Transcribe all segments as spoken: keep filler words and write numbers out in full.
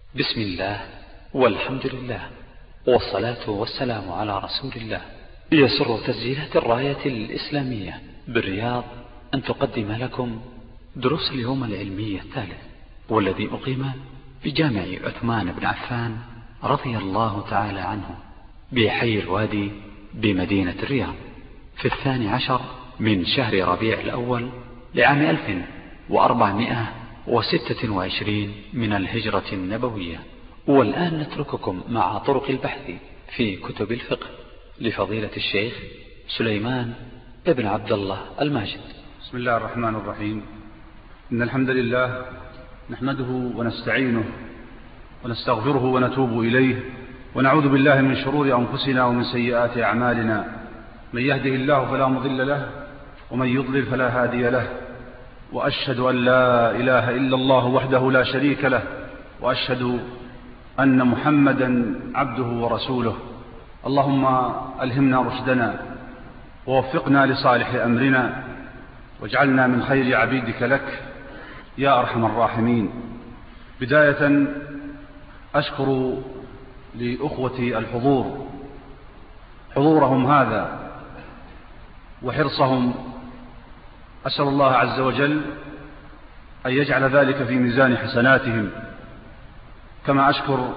بسم الله والحمد لله والصلاة والسلام على رسول الله. يسر تسجيلات الراية الإسلامية بالرياض أن تقدم لكم دروس اليوم العلمي الثالث، والذي أقيم بجامع عثمان بن عفان رضي الله تعالى عنه بحي الوادي بمدينة الرياض في الثاني عشر من شهر ربيع الأول لعام ألف وأربعمائة وستة وعشرين من الهجرة النبوية. والآن نترككم مع طرق البحث في كتب الفقه لفضيلة الشيخ سليمان ابن عبد الله الماجد. بسم الله الرحمن الرحيم. إن الحمد لله نحمده ونستعينه ونستغفره ونتوب إليه، ونعوذ بالله من شرور أنفسنا ومن سيئات أعمالنا. من يهده الله فلا مضل له، ومن يضلل فلا هادي له، وأشهد أن لا إله إلا الله وحده لا شريك له، وأشهد أن محمدا عبده ورسوله. اللهم ألهمنا رشدنا ووفقنا لصالح أمرنا، واجعلنا من خير عبيدك لك يا أرحم الراحمين. بداية أشكر لأخوتي الحضور حضورهم هذا وحرصهم، أسأل الله عز وجل أن يجعل ذلك في ميزان حسناتهم. كما أشكر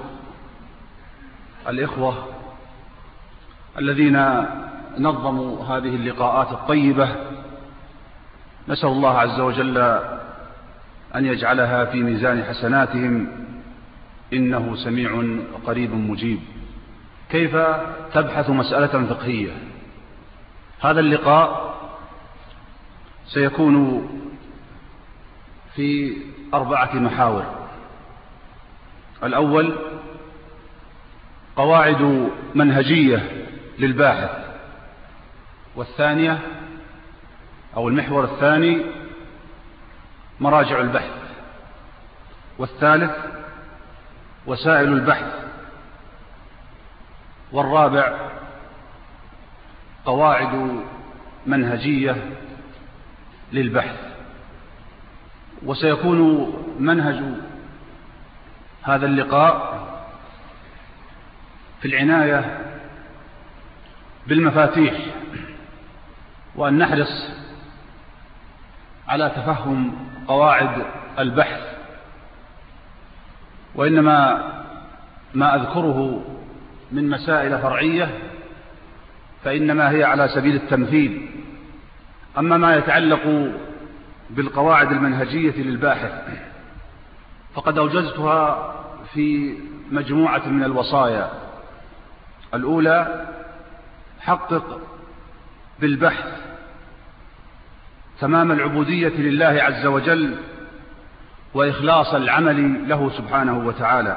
الإخوة الذين نظموا هذه اللقاءات الطيبة، نسأل الله عز وجل أن يجعلها في ميزان حسناتهم، إنه سميع قريب مجيب. كيف تبحث مسألة فقهية؟ هذا اللقاء سيكون في أربعة محاور. الأول قواعد منهجية للباحث، والثانية أو المحور الثاني مراجع البحث، والثالث وسائل البحث، والرابع قواعد منهجية للبحث. وسيكون منهج هذا اللقاء في العناية بالمفاتيح، وأن نحرص على تفهم قواعد البحث، وإنما ما أذكره من مسائل فرعية فإنما هي على سبيل التمثيل. أما ما يتعلق بالقواعد المنهجية للباحث فقد أوجزتها في مجموعة من الوصايا. الأولى: حقق بالبحث تمام العبودية لله عز وجل وإخلاص العمل له سبحانه وتعالى.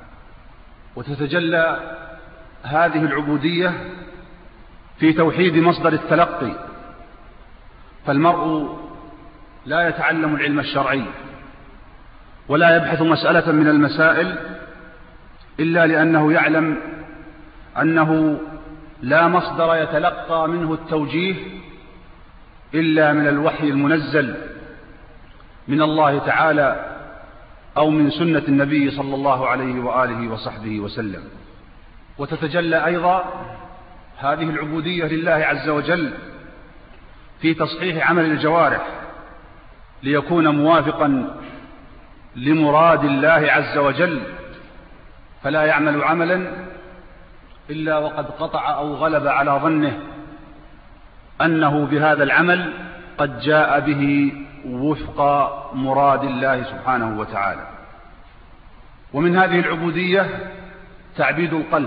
وتتجلى هذه العبودية في توحيد مصدر التلقي، فالمرء لا يتعلم العلم الشرعي ولا يبحث مسألة من المسائل إلا لأنه يعلم أنه لا مصدر يتلقى منه التوجيه إلا من الوحي المنزل من الله تعالى أو من سنة النبي صلى الله عليه وآله وصحبه وسلم. وتتجلى أيضا هذه العبودية لله عز وجل في تصحيح عمل الجوارح ليكون موافقا لمراد الله عز وجل، فلا يعمل عملا إلا وقد قطع أو غلب على ظنه أنه بهذا العمل قد جاء به وفق مراد الله سبحانه وتعالى. ومن هذه العبودية تعبيد القلب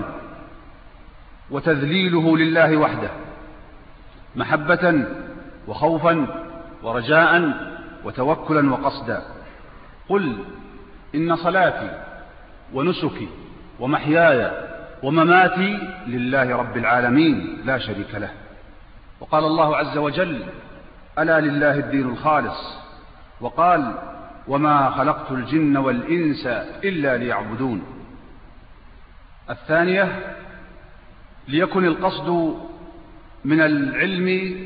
وتذليله لله وحده، محبة وخوفا ورجاء وتوكلا وقصدا. قل إن صلاتي ونسكي ومحياي ومماتي لله رب العالمين لا شريك له. وقال الله عز وجل: ألا لله الدين الخالص. وقال: وما خلقت الجن والإنس إلا ليعبدون. الثانية: ليكن القصد من العلم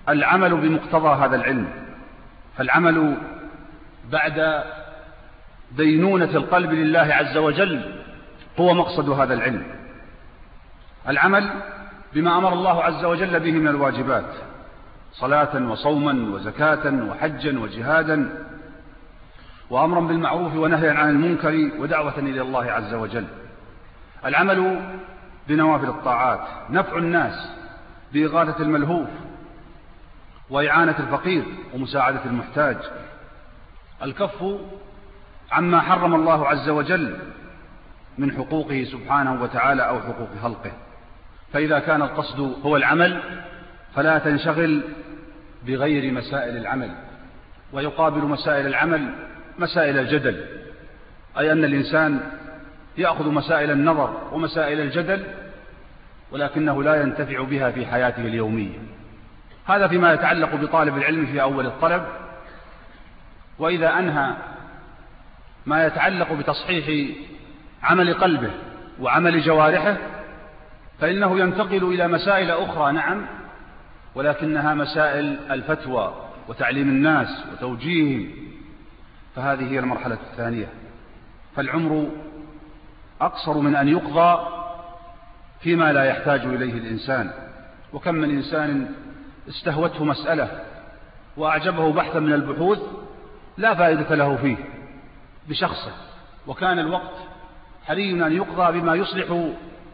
العمل بمقتضى هذا العلم، فالعمل بعد دينونة القلب لله عز وجل هو مقصد هذا العلم. العمل بما أمر الله عز وجل به من الواجبات، صلاة وصوما وزكاة وحجا وجهادا وأمرا بالمعروف ونهيا عن المنكر ودعوة إلى الله عز وجل. العمل بنوافل الطاعات، نفع الناس بإغاثة الملهوف وإعانة الفقير ومساعدة المحتاج، الكف عما حرم الله عز وجل من حقوقه سبحانه وتعالى أو حقوق خلقه. فإذا كان القصد هو العمل فلا تنشغل بغير مسائل العمل. ويقابل مسائل العمل مسائل الجدل، أي أن الإنسان يأخذ مسائل النظر ومسائل الجدل ولكنه لا ينتفع بها في حياته اليومية. هذا فيما يتعلق بطالب العلم في أول الطلب. وإذا أنهى ما يتعلق بتصحيح عمل قلبه وعمل جوارحه فإنه ينتقل إلى مسائل أخرى، نعم، ولكنها مسائل الفتوى وتعليم الناس وتوجيههم، فهذه هي المرحلة الثانية. فالعمر أقصر من أن يقضى فيما لا يحتاج إليه الإنسان. وكم من إنسان استهوته مسألة وأعجبه بحثا من البحوث لا فائدة له فيه بشخصه، وكان الوقت حري أن يقضى بما يصلح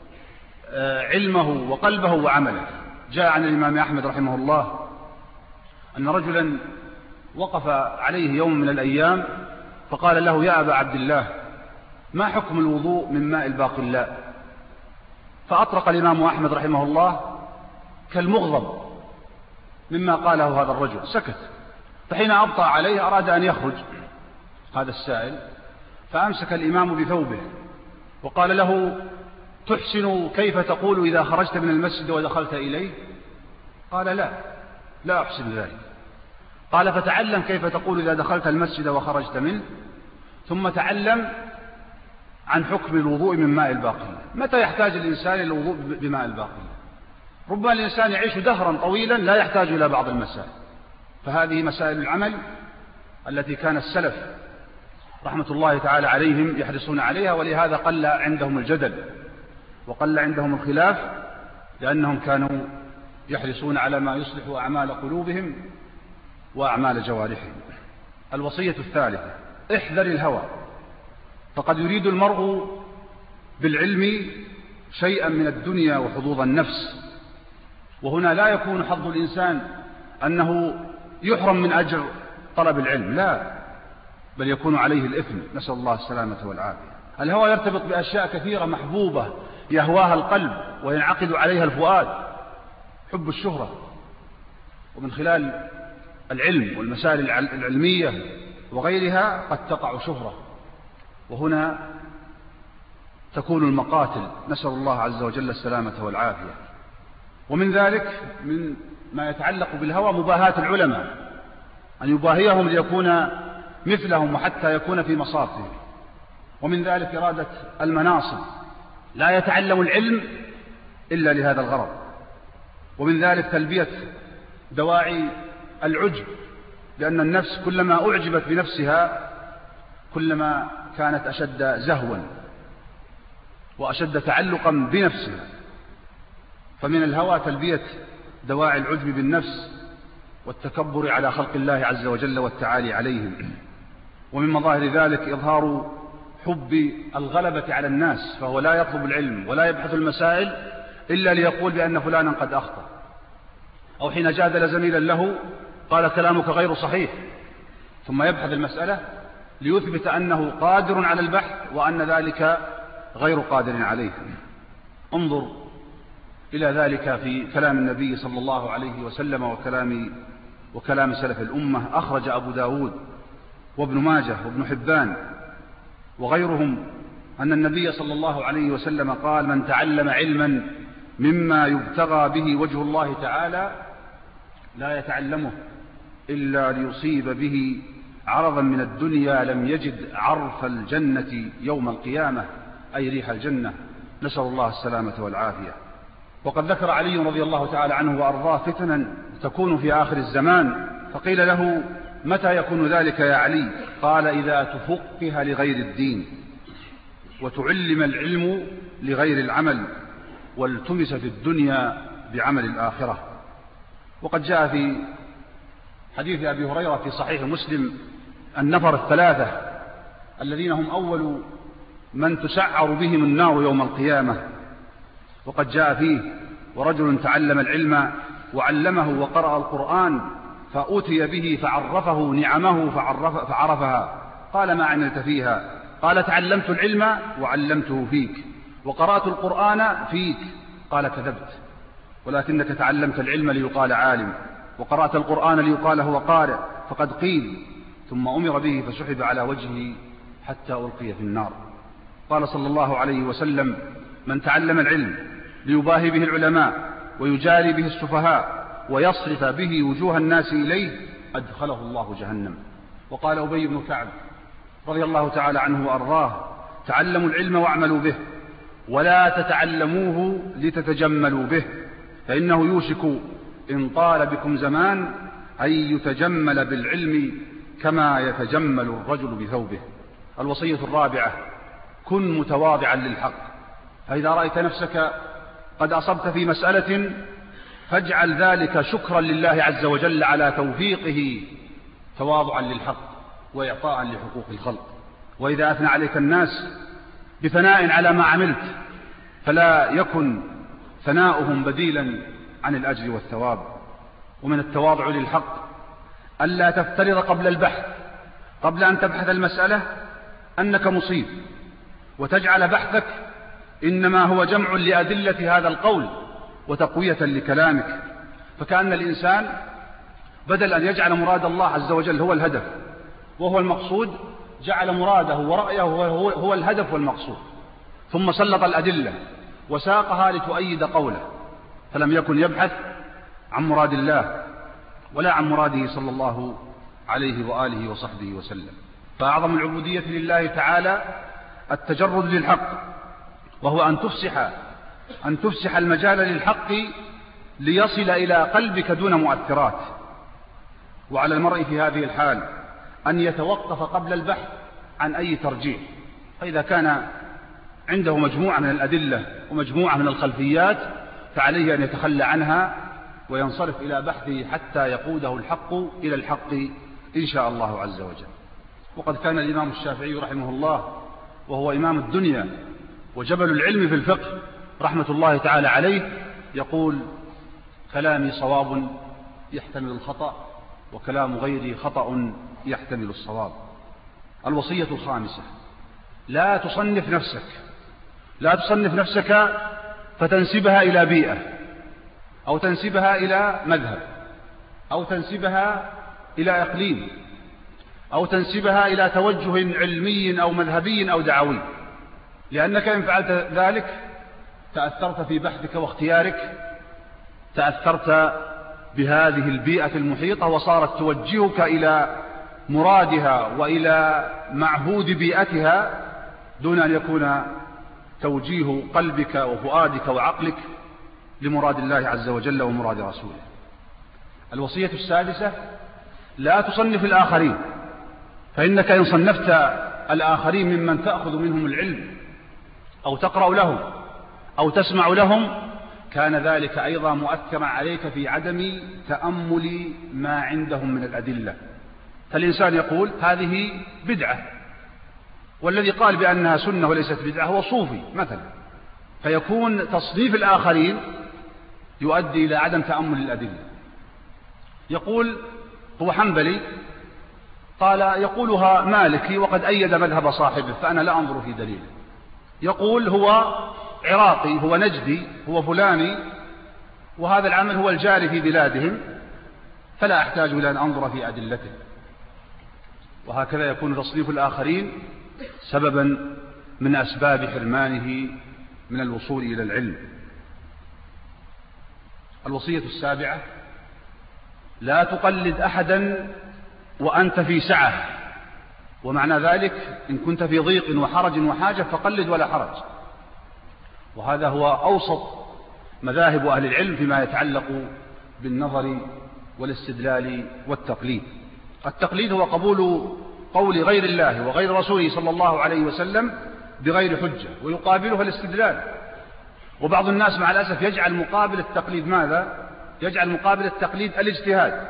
علمه وقلبه وعمله. جاء عن الإمام أحمد رحمه الله أن رجلا وقف عليه يوم من الأيام فقال له: يا أبا عبد الله، ما حكم الوضوء من ماء الباقلاء؟ فأطرق الإمام أحمد رحمه الله كالمغضب مما قاله هذا الرجل، سكت. فحين أبطأ عليه أراد أن يخرج هذا السائل، فأمسك الإمام بثوبه وقال له: تحسن كيف تقول إذا خرجت من المسجد ودخلت إليه؟ قال: لا لا أحسن ذلك. قال: فتعلم كيف تقول إذا دخلت المسجد وخرجت منه، ثم تعلم عن حكم الوضوء من ماء الباقلاء. متى يحتاج الإنسان إلى الوضوء بماء الباقلاء؟ ربما الإنسان يعيش دهرا طويلا لا يحتاج إلى بعض المسائل. فهذه مسائل العمل التي كان السلف رحمة الله تعالى عليهم يحرصون عليها، ولهذا قل عندهم الجدل وقل عندهم الخلاف، لأنهم كانوا يحرصون على ما يصلح أعمال قلوبهم وأعمال جوارحهم. الوصية الثالثة: احذر الهوى، فقد يريد المرء بالعلم شيئا من الدنيا وحظوظ النفس، وهنا لا يكون حظ الإنسان أنه يحرم من أجر طلب العلم، لا، بل يكون عليه الإثم، نسأل الله السلامة والعافية. الهوى يرتبط بأشياء كثيرة محبوبة يهواها القلب وينعقد عليها الفؤاد، حب الشهرة، ومن خلال العلم والمسائل العلمية وغيرها قد تقع شهرة، وهنا تكون المقاتل، نسأل الله عز وجل السلامة والعافية. ومن ذلك من ما يتعلق بالهوى مباهاة العلماء، أن يباهيهم ليكون مثلهم وحتى يكون في مصافهم. ومن ذلك إرادة المناصب، لا يتعلم العلم إلا لهذا الغرض. ومن ذلك تلبية دواعي العجب، لأن النفس كلما أعجبت بنفسها كلما كانت أشد زهوا وأشد تعلقا بنفسها. فمن الهوى تلبية دواعي العجب بالنفس والتكبر على خلق الله عز وجل والتعالي عليهم. ومن مظاهر ذلك إظهار حب الغلبة على الناس، فهو لا يطلب العلم ولا يبحث المسائل إلا ليقول بأن فلانا قد أخطأ، أو حين جادل زميلا له قال: كلامك غير صحيح، ثم يبحث المسألة ليثبت أنه قادر على البحث وأن ذلك غير قادر عليه. انظر إلى ذلك في كلام النبي صلى الله عليه وسلم وكلام, وكلام سلف الأمة. أخرج أبو داود وابن ماجه وابن حبان وغيرهم أن النبي صلى الله عليه وسلم قال: من تعلم علما مما يبتغى به وجه الله تعالى لا يتعلمه إلا ليصيب به عرضا من الدنيا لم يجد عرف الجنة يوم القيامة، أي ريح الجنة، نسأل الله السلامة والعافية. وقد ذكر علي رضي الله تعالى عنه وأرضاه فتنا تكون في آخر الزمان، فقيل له: متى يكون ذلك يا علي؟ قال إذا تفقه لغير الدين وتعلم العلم لغير العمل والتمس في الدنيا بعمل الآخرة. وقد جاء في حديث أبي هريرة في صحيح مسلم النفر الثلاثة الذين هم أول من تسعر بهم النار يوم القيامة. وقد جاء فيه ورجل تعلم العلم وعلمه وقرأ القرآن فأتي به فعرفه نعمه فعرف فعرفها. قال ما عملت فيها؟ قال تعلمت العلم وعلمته فيك وقرأت القرآن فيك. قال كذبت، ولكنك تعلمت العلم ليقال عالم وقرأت القرآن ليقال هو قارئ، فقد قيل. ثم أمر به فسحب على وجهه حتى ألقي في النار. قال صلى الله عليه وسلم من تعلم العلم ليباهي به العلماء ويجاري به السفهاء ويصرف به وجوه الناس إليه أدخله الله جهنم. وقال أبي بن كعب رضي الله تعالى عنه وأرضاه تعلموا العلم واعملوا به ولا تتعلموه لتتجملوا به، فإنه يوشك إن طال بكم زمان أن يتجمل بالعلم كما يتجمل الرجل بثوبه. الوصية الرابعة كن متواضعا للحق، فإذا رأيت نفسك قد أصبت في مسألة فاجعل ذلك شكرا لله عز وجل على توفيقه تواضعا للحق وإعطاء لحقوق الخلق. وإذا أثنى عليك الناس بثناء على ما عملت فلا يكن ثناؤهم بديلا عن الأجر والثواب. ومن التواضع للحق ألا تفترض قبل البحث قبل أن تبحث المسألة أنك مصيب، وتجعل بحثك إنما هو جمع لأدلة هذا القول وتقوية لكلامك، فكأن الإنسان بدل أن يجعل مراد الله عز وجل هو الهدف وهو المقصود جعل مراده ورأيه هو, هو الهدف والمقصود، ثم سلط الأدلة وساقها لتؤيد قوله، فلم يكن يبحث عن مراد الله ولا عن مراده صلى الله عليه وآله وصحبه وسلم. فأعظم العبودية لله تعالى التجرد للحق، وهو أن تفسح أن تفسح المجال للحق ليصل إلى قلبك دون مؤثرات. وعلى المرء في هذه الحال أن يتوقف قبل البحث عن أي ترجيح، فإذا كان عنده مجموعة من الأدلة ومجموعة من الخلفيات فعليه أن يتخلى عنها وينصرف إلى بحثه حتى يقوده الحق إلى الحق إن شاء الله عز وجل. وقد كان الإمام الشافعي رحمه الله وهو إمام الدنيا وجبل العلم في الفقه رحمة الله تعالى عليه يقول كلامي صواب يحتمل الخطأ وكلام غيري خطأ يحتمل الصواب. الوصية الخامسة لا تصنف نفسك لا تصنف نفسك فتنسبها إلى بيئة أو تنسبها إلى مذهب أو تنسبها إلى إقليم أو تنسبها إلى توجه علمي أو مذهبي أو دعوي، لأنك إن فعلت ذلك تأثرت في بحثك واختيارك، تأثرت بهذه البيئة المحيطة وصارت توجهك إلى مرادها وإلى معهود بيئتها دون أن يكون توجيه قلبك وفؤادك وعقلك لمراد الله عز وجل ومراد رسوله. الوصية السادسة لا تصنف الآخرين، فإنك إن صنفت الآخرين ممن تأخذ منهم العلم أو تقرأ لهم أو تسمع لهم كان ذلك أيضا مؤثرا عليك في عدم تأمل ما عندهم من الأدلة. فالإنسان يقول هذه بدعة، والذي قال بأنها سنة وليست بدعة هو صوفي مثلا، فيكون تصنيف الآخرين يؤدي إلى عدم تأمل الأدلة. يقول هو حنبلي، قال يقولها مالكي وقد أيد مذهب صاحبه فأنا لا أنظر في دليله. يقول هو عراقي، هو نجدي، هو فلاني، وهذا العمل هو الجاري في بلادهم فلا أحتاج إلى أن أنظر في أدلته. وهكذا يكون تصنيف الآخرين سببا من أسباب حرمانه من الوصول إلى العلم. الوصية السابعة لا تقلد أحدا وأنت في سعة، ومعنى ذلك إن كنت في ضيق وحرج وحاجة فقلد ولا حرج. وهذا هو أوسط مذاهب أهل العلم فيما يتعلق بالنظر والاستدلال والتقليد. التقليد هو قبول قول غير الله وغير رسوله صلى الله عليه وسلم بغير حجة، ويقابلها الاستدلال. وبعض الناس مع الأسف يجعل مقابل التقليد ماذا؟ يجعل مقابل التقليد الاجتهاد،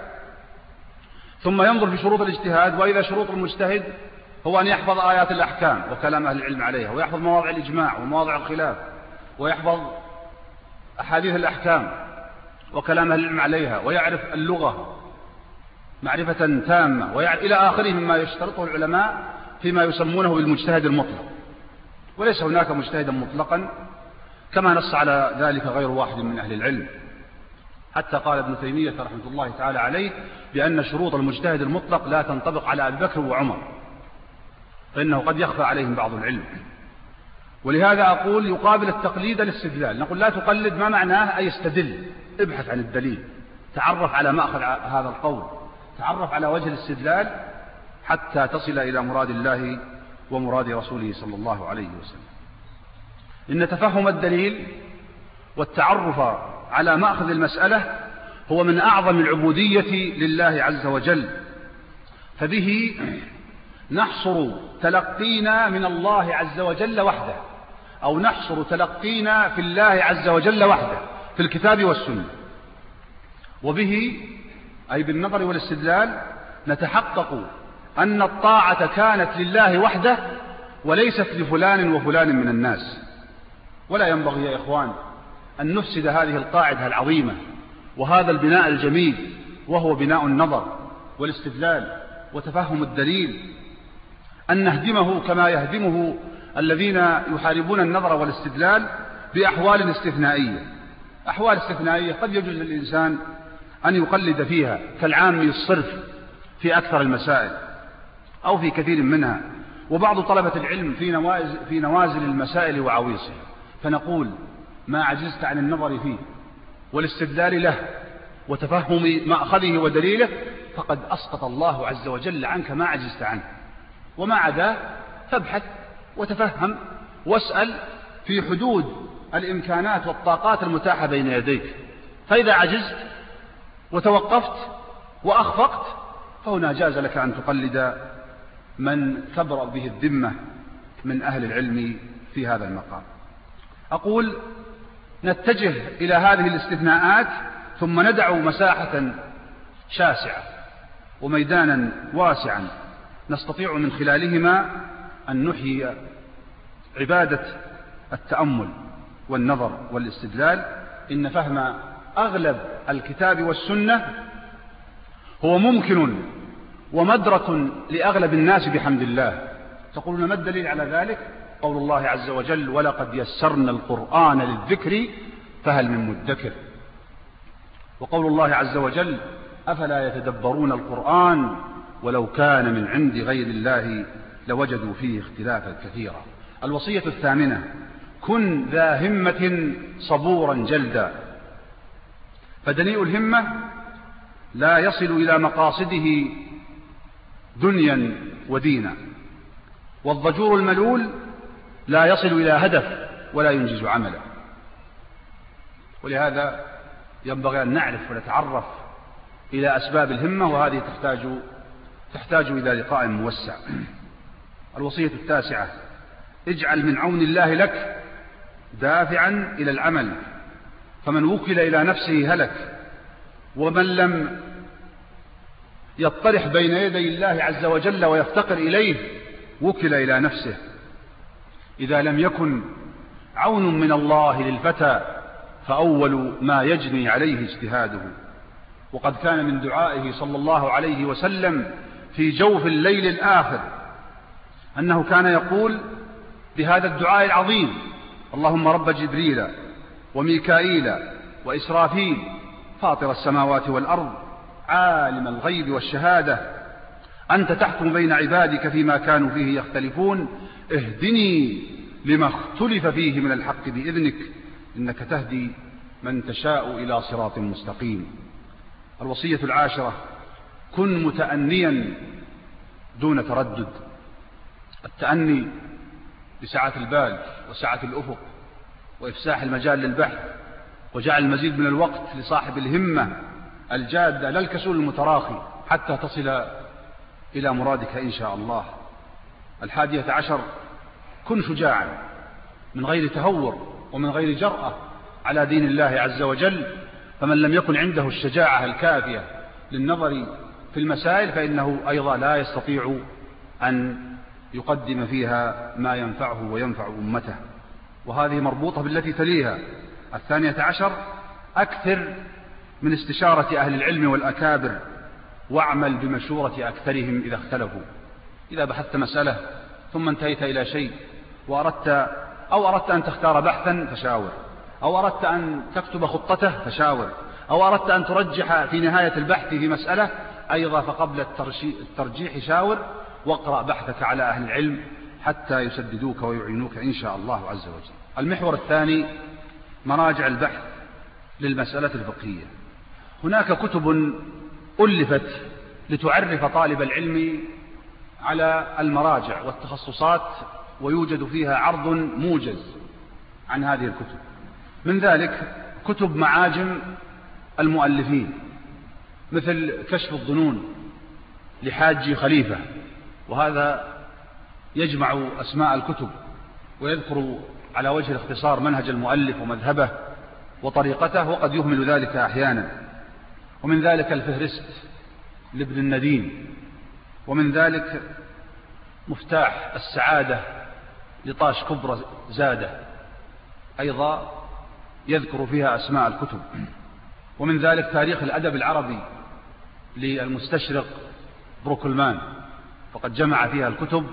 ثم ينظر في شروط الاجتهاد، وإذا شروط المجتهد هو أن يحفظ آيات الأحكام وكلام أهل العلم عليها، ويحفظ مواضع الإجماع ومواضع الخلاف، ويحفظ أحاديث الأحكام وكلام أهل العلم عليها، ويعرف اللغة معرفة تامة، ويعرف إلى آخره مما يشترطه العلماء فيما يسمونه بالمجتهد المطلق. وليس هناك مجتهدا مطلقا كما نص على ذلك غير واحد من أهل العلم، حتى قال ابن تيمية رحمة الله تعالى عليه بأن شروط المجتهد المطلق لا تنطبق على أبي بكر وعمر، فإنه قد يخفى عليهم بعض العلم. ولهذا أقول يقابل التقليد الاستدلال. نقول لا تقلد، ما معناه أي استدل، ابحث عن الدليل، تعرف على مأخذ هذا القول، تعرف على وجه الاستدلال حتى تصل إلى مراد الله ومراد رسوله صلى الله عليه وسلم. إن تفهم الدليل والتعرف على مأخذ المسألة هو من أعظم العبودية لله عز وجل، فبه نحصر تلقينا من الله عز وجل وحده، أو نحصر تلقينا في الله عز وجل وحده في الكتاب والسنة. وبه أي بالنظر والاستدلال نتحقق أن الطاعة كانت لله وحده وليست لفلان وفلان من الناس. ولا ينبغي يا إخوان أن نفسد هذه القاعدة العظيمة وهذا البناء الجميل، وهو بناء النظر والاستدلال وتفهم الدليل، أن نهدمه كما يهدمه الذين يحاربون النظر والاستدلال بأحوال استثنائية. أحوال استثنائية قد يجوز للإنسان أن يقلد فيها كالعام الصرف في أكثر المسائل أو في كثير منها، وبعض طلبة العلم في نوازل, في نوازل المسائل وعويصها، فنقول ما عجزت عن النظر فيه والاستدلال له وتفهم مأخذه ودليله فقد أسقط الله عز وجل عنك ما عجزت عنه، وما عدا فابحث وتفهم واسأل في حدود الإمكانات والطاقات المتاحة بين يديك. فإذا عجزت وتوقفت وأخفقت فهنا جاز لك أن تقلد من تبرأ به الذمة من أهل العلم في هذا المقام. أقول نتجه إلى هذه الاستثناءات ثم ندع مساحة شاسعة وميدانا واسعا نستطيع من خلالهما أن نحيي عبادة التأمل والنظر والاستدلال. إن فهم أغلب الكتاب والسنة هو ممكن ومدرك لأغلب الناس بحمد الله. تقولون ما الدليل على ذلك؟ قول الله عز وجل ولقد يسرنا القرآن للذكر فهل من مدكر، وقول الله عز وجل أفلا يتدبرون القرآن ولو كان من عند غير الله لوجدوا فيه اختلافا كثيرا. الوصية الثامنة كن ذا همة صبورا جلدا، فدنيء الهمة لا يصل إلى مقاصده دنيا ودينا، والضجور الملول لا يصل إلى هدف ولا ينجز عملا. ولهذا ينبغي أن نعرف ونتعرف إلى أسباب الهمة، وهذه تحتاج تحتاج إلى لقاء موسع. الوصية التاسعة اجعل من عون الله لك دافعا إلى العمل، فمن وكل إلى نفسه هلك، ومن لم يطرح بين يدي الله عز وجل ويفتقر إليه وكل إلى نفسه. إذا لم يكن عون من الله للفتى فأول ما يجني عليه اجتهاده. وقد كان من دعائه صلى الله عليه وسلم في جوف الليل الآخر أنه كان يقول بهذا الدعاء العظيم: اللهم رب جبريل وميكائيل وإسرافيل فاطر السماوات والأرض عالم الغيب والشهادة أنت تحكم بين عبادك فيما كانوا فيه يختلفون اهدني لما اختلف فيه من الحق بإذنك إنك تهدي من تشاء إلى صراط مستقيم. الوصية العاشرة كن متأنيا دون تردد. التأني بسعة البال وسعة الأفق وإفساح المجال للبحث وجعل المزيد من الوقت لصاحب الهمة الجادة لا الكسول المتراخي حتى تصل إلى مرادك إن شاء الله. الحادية عشر: كن شجاعا من غير تهور ومن غير جرأة على دين الله عز وجل، فمن لم يكن عنده الشجاعة الكافية للنظر في المسائل فإنه أيضا لا يستطيع أن يقدم فيها ما ينفعه وينفع أمته. وهذه مربوطة بالتي تليها. الثانية عشر: أكثر من استشارة أهل العلم والأكابر، واعمل بمشورة أكثرهم إذا اختلفوا. إذا بحثت مسألة ثم انتهيت إلى شيء وأردت أو أردت أن تختار بحثا فشاور، أو أردت أن تكتب خطته فشاور، أو أردت أن ترجح في نهاية البحث في مسألة أيضا فقبل الترجيح شاور، واقرأ بحثك على أهل العلم حتى يسددوك ويعينوك إن شاء الله عز وجل. المحور الثاني: مراجع البحث للمسألة الفقهية. هناك كتب ألفت لتعرف طالب العلم على المراجع والتخصصات، ويوجد فيها عرض موجز عن هذه الكتب. من ذلك كتب معاجم المؤلفين مثل كشف الظنون لحاج خليفة، وهذا يجمع أسماء الكتب ويذكر على وجه الاختصار منهج المؤلف ومذهبه وطريقته، وقد يهمل ذلك أحيانا. ومن ذلك الفهرست لابن الندين، ومن ذلك مفتاح السعادة لطاش كبرى زادة، أيضا يذكر فيها أسماء الكتب. ومن ذلك تاريخ الأدب العربي للمستشرق بروكلمان، فقد جمع فيها الكتب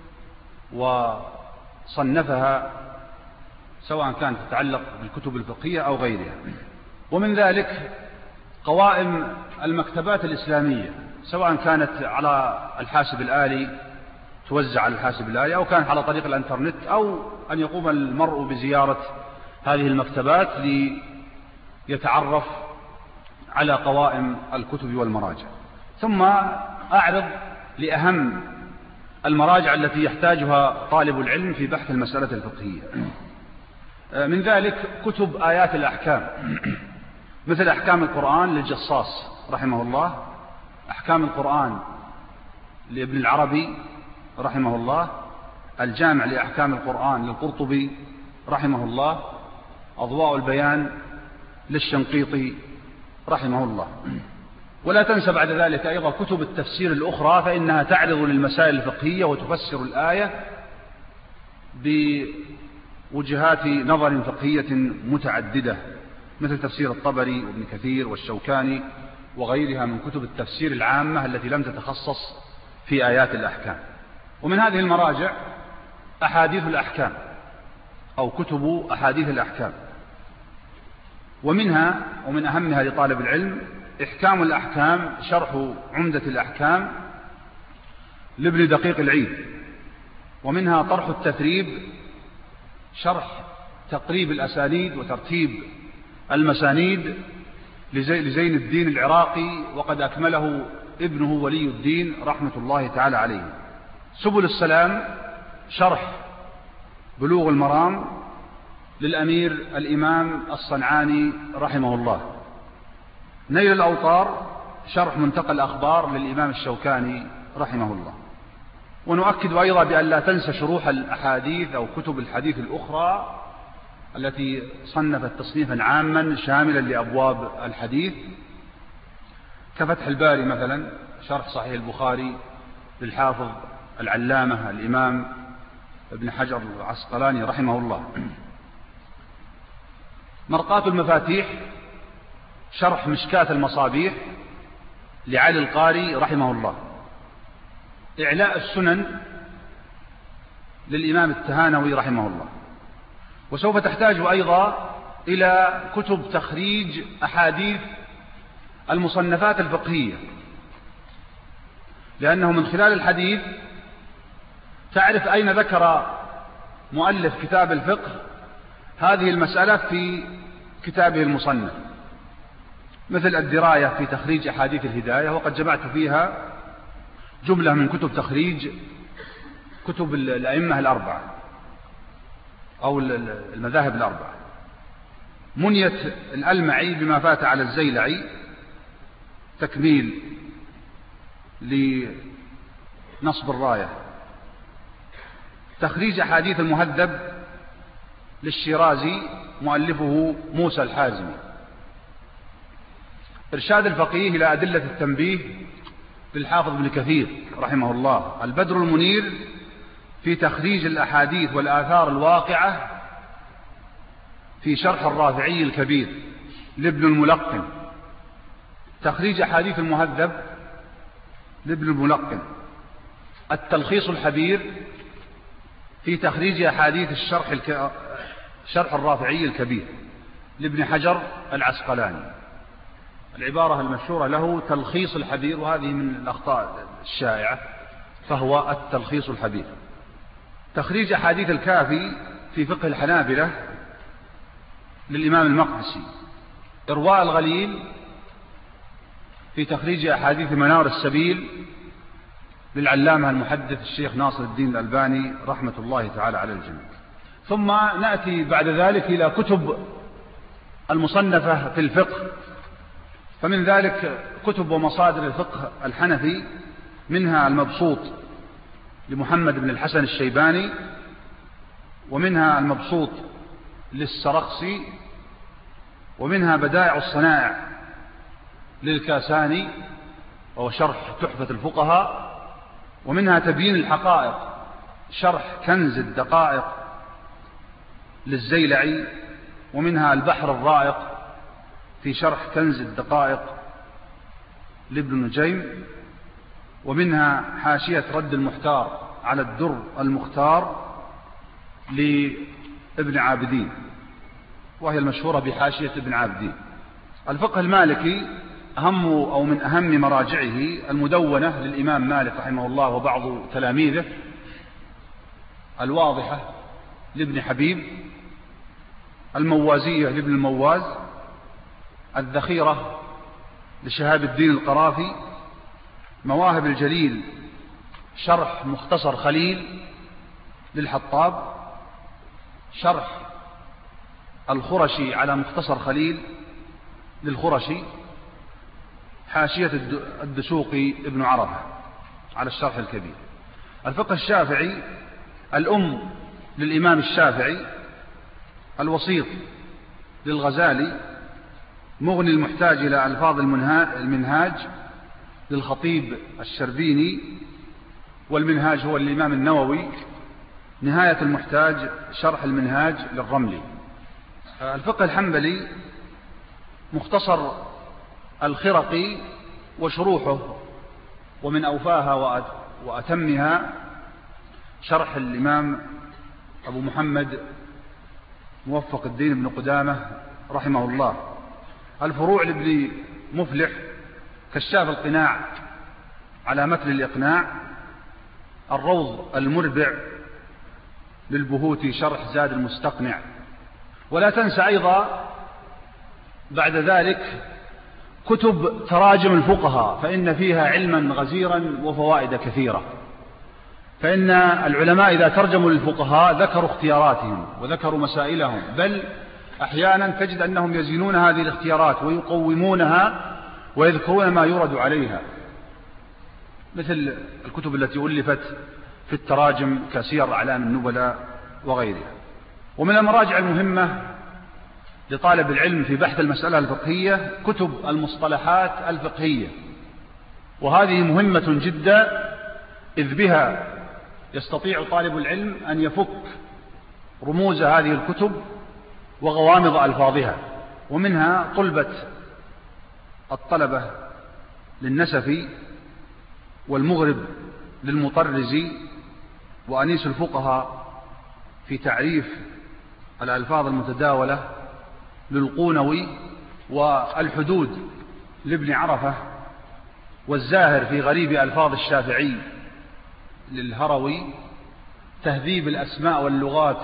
وصنفها سواء كانت تتعلق بالكتب الفقهية أو غيرها. ومن ذلك قوائم المكتبات الإسلامية، سواء كانت على الحاسب الآلي توزع على الحاسب الآلي، أو كانت على طريق الانترنت، أو أن يقوم المرء بزيارة هذه المكتبات ليتعرف على قوائم الكتب والمراجع. ثم أعرض لأهم المراجع التي يحتاجها طالب العلم في بحث المسألة الفقهية. من ذلك كتب آيات الأحكام، مثل أحكام القرآن للجصاص رحمه الله، أحكام القرآن لابن العربي رحمه الله، الجامع لأحكام القرآن للقرطبي رحمه الله، أضواء البيان للشنقيطي رحمه الله. ولا تنسى بعد ذلك أيضا كتب التفسير الأخرى، فإنها تعرض للمسائل الفقهية وتفسر الآية بوجهات نظر فقهية متعددة، مثل تفسير الطبري وابن كثير والشوكاني وغيرها من كتب التفسير العامة التي لم تتخصص في آيات الأحكام. ومن هذه المراجع أحاديث الأحكام أو كتب أحاديث الأحكام، ومنها ومن أهمها لطالب العلم إحكام الأحكام شرح عمدة الأحكام لابن دقيق العيد، ومنها طرح التثريب شرح تقريب الأسانيد وترتيب المسانيد لزين الدين العراقي، وقد أكمله ابنه ولي الدين رحمة الله تعالى عليه. سبل السلام شرح بلوغ المرام للأمير الإمام الصنعاني رحمه الله. نيل الأوطار شرح منتقى الأخبار للإمام الشوكاني رحمه الله. ونؤكد أيضا بأن لا تنسى شروح الأحاديث أو كتب الحديث الأخرى التي صنفت تصنيفا عاما شاملا لأبواب الحديث، كفتح الباري مثلا شرح صحيح البخاري للحافظ العلامة الإمام ابن حجر العسقلاني رحمه الله. مرقاة المفاتيح شرح مشكاة المصابيح لعلي القاري رحمه الله. إعلاء السنن للإمام التهانوي رحمه الله. وسوف تحتاج أيضا إلى كتب تخريج أحاديث المصنفات الفقهية، لأنه من خلال الحديث تعرف أين ذكر مؤلف كتاب الفقه هذه المسألة في كتابه المصنف، مثل الدراية في تخريج أحاديث الهداية، وقد جمعت فيها جملة من كتب تخريج كتب الأئمة الأربعة أو المذاهب الأربعة. منية الألمعي بما فات على الزيلعي تكميل نصب الراية. تخريج أحاديث المهذب للشيرازي مؤلفه موسى الحازمي. إرشاد الفقيه إلى أدلة التنبيه للحافظ ابن كثير رحمه الله. البدر المنير في تخريج الأحاديث والآثار الواقعة في شرح الرافعي الكبير لابن الملقن. تخريج أحاديث المهذب لابن الملقن. التلخيص الحبير في تخريج أحاديث الشرح الك... شرح الرافعي الكبير لابن حجر العسقلاني. العبارة المشهورة له تلخيص الحبير، وهذه من الأخطاء الشائعة، فهو التلخيص الحبير. تخريج أحاديث الكافي في فقه الحنابلة للإمام المقدسي. إرواء الغليل في تخريج أحاديث منار السبيل للعلامة المحدث الشيخ ناصر الدين الألباني رحمة الله تعالى على الجميع. ثم نأتي بعد ذلك إلى كتب المصنفة في الفقه، فمن ذلك كتب ومصادر الفقه الحنفي، منها المبسوط لمحمد بن الحسن الشيباني، ومنها المبسوط للسرخسي، ومنها بدائع الصنائع للكاساني وهو شرح تحفة الفقهاء، ومنها تبيين الحقائق شرح كنز الدقائق للزيلعي، ومنها البحر الرائق في شرح كنز الدقائق لابن نجيم، ومنها حاشية رد المحتار على الدر المختار لابن عابدين، وهي المشهورة بحاشية ابن عابدين. الفقه المالكي أهم أو من أهم مراجعه المدونة للإمام مالك رحمه الله وبعض تلاميذه، الواضحة لابن حبيب، الموازية لابن المواز، الذخيرة لشهاب الدين القرافي، مواهب الجليل شرح مختصر خليل للحطاب، شرح الخرشي على مختصر خليل للخرشي، حاشية الدسوقي ابن عرفة على الشرح الكبير. الفقه الشافعي الأم للإمام الشافعي، الوسيط للغزالي، مغني المحتاج إلى ألفاظ المنهاج للخطيب الشربيني، والمنهاج هو الإمام النووي، نهاية المحتاج شرح المنهاج للرملي. الفقه الحنبلي مختصر الخرقي وشروحه، ومن أوفاها وأتمها شرح الإمام أبو محمد موفق الدين بن قدامة رحمه الله. الفروع لابن مفلح كشاف القناع على متن الإقناع، الروض المربع للبهوتي شرح زاد المستقنع. ولا تنسى أيضا بعد ذلك كتب تراجم الفقهاء، فإن فيها علما غزيرا وفوائد كثيرة. فإن العلماء إذا ترجموا للفقهاء ذكروا اختياراتهم وذكروا مسائلهم، بل أحيانا تجد أنهم يزينون هذه الاختيارات ويقومونها ويذكرون ما يرد عليها، مثل الكتب التي ألفت في التراجم كسير أعلام النبلاء وغيرها. ومن المراجع المهمة لطالب العلم في بحث المسألة الفقهية كتب المصطلحات الفقهية، وهذه مهمة جدا، إذ بها يستطيع طالب العلم أن يفك رموز هذه الكتب وغوامض ألفاظها. ومنها طلبة الطلبة للنسفي، والمغرب للمطرزي، وأنيس الفقهاء في تعريف الألفاظ المتداولة للقونوي، والحدود لابن عرفة، والزاهر في غريب ألفاظ الشافعي للهروي، تهذيب الأسماء واللغات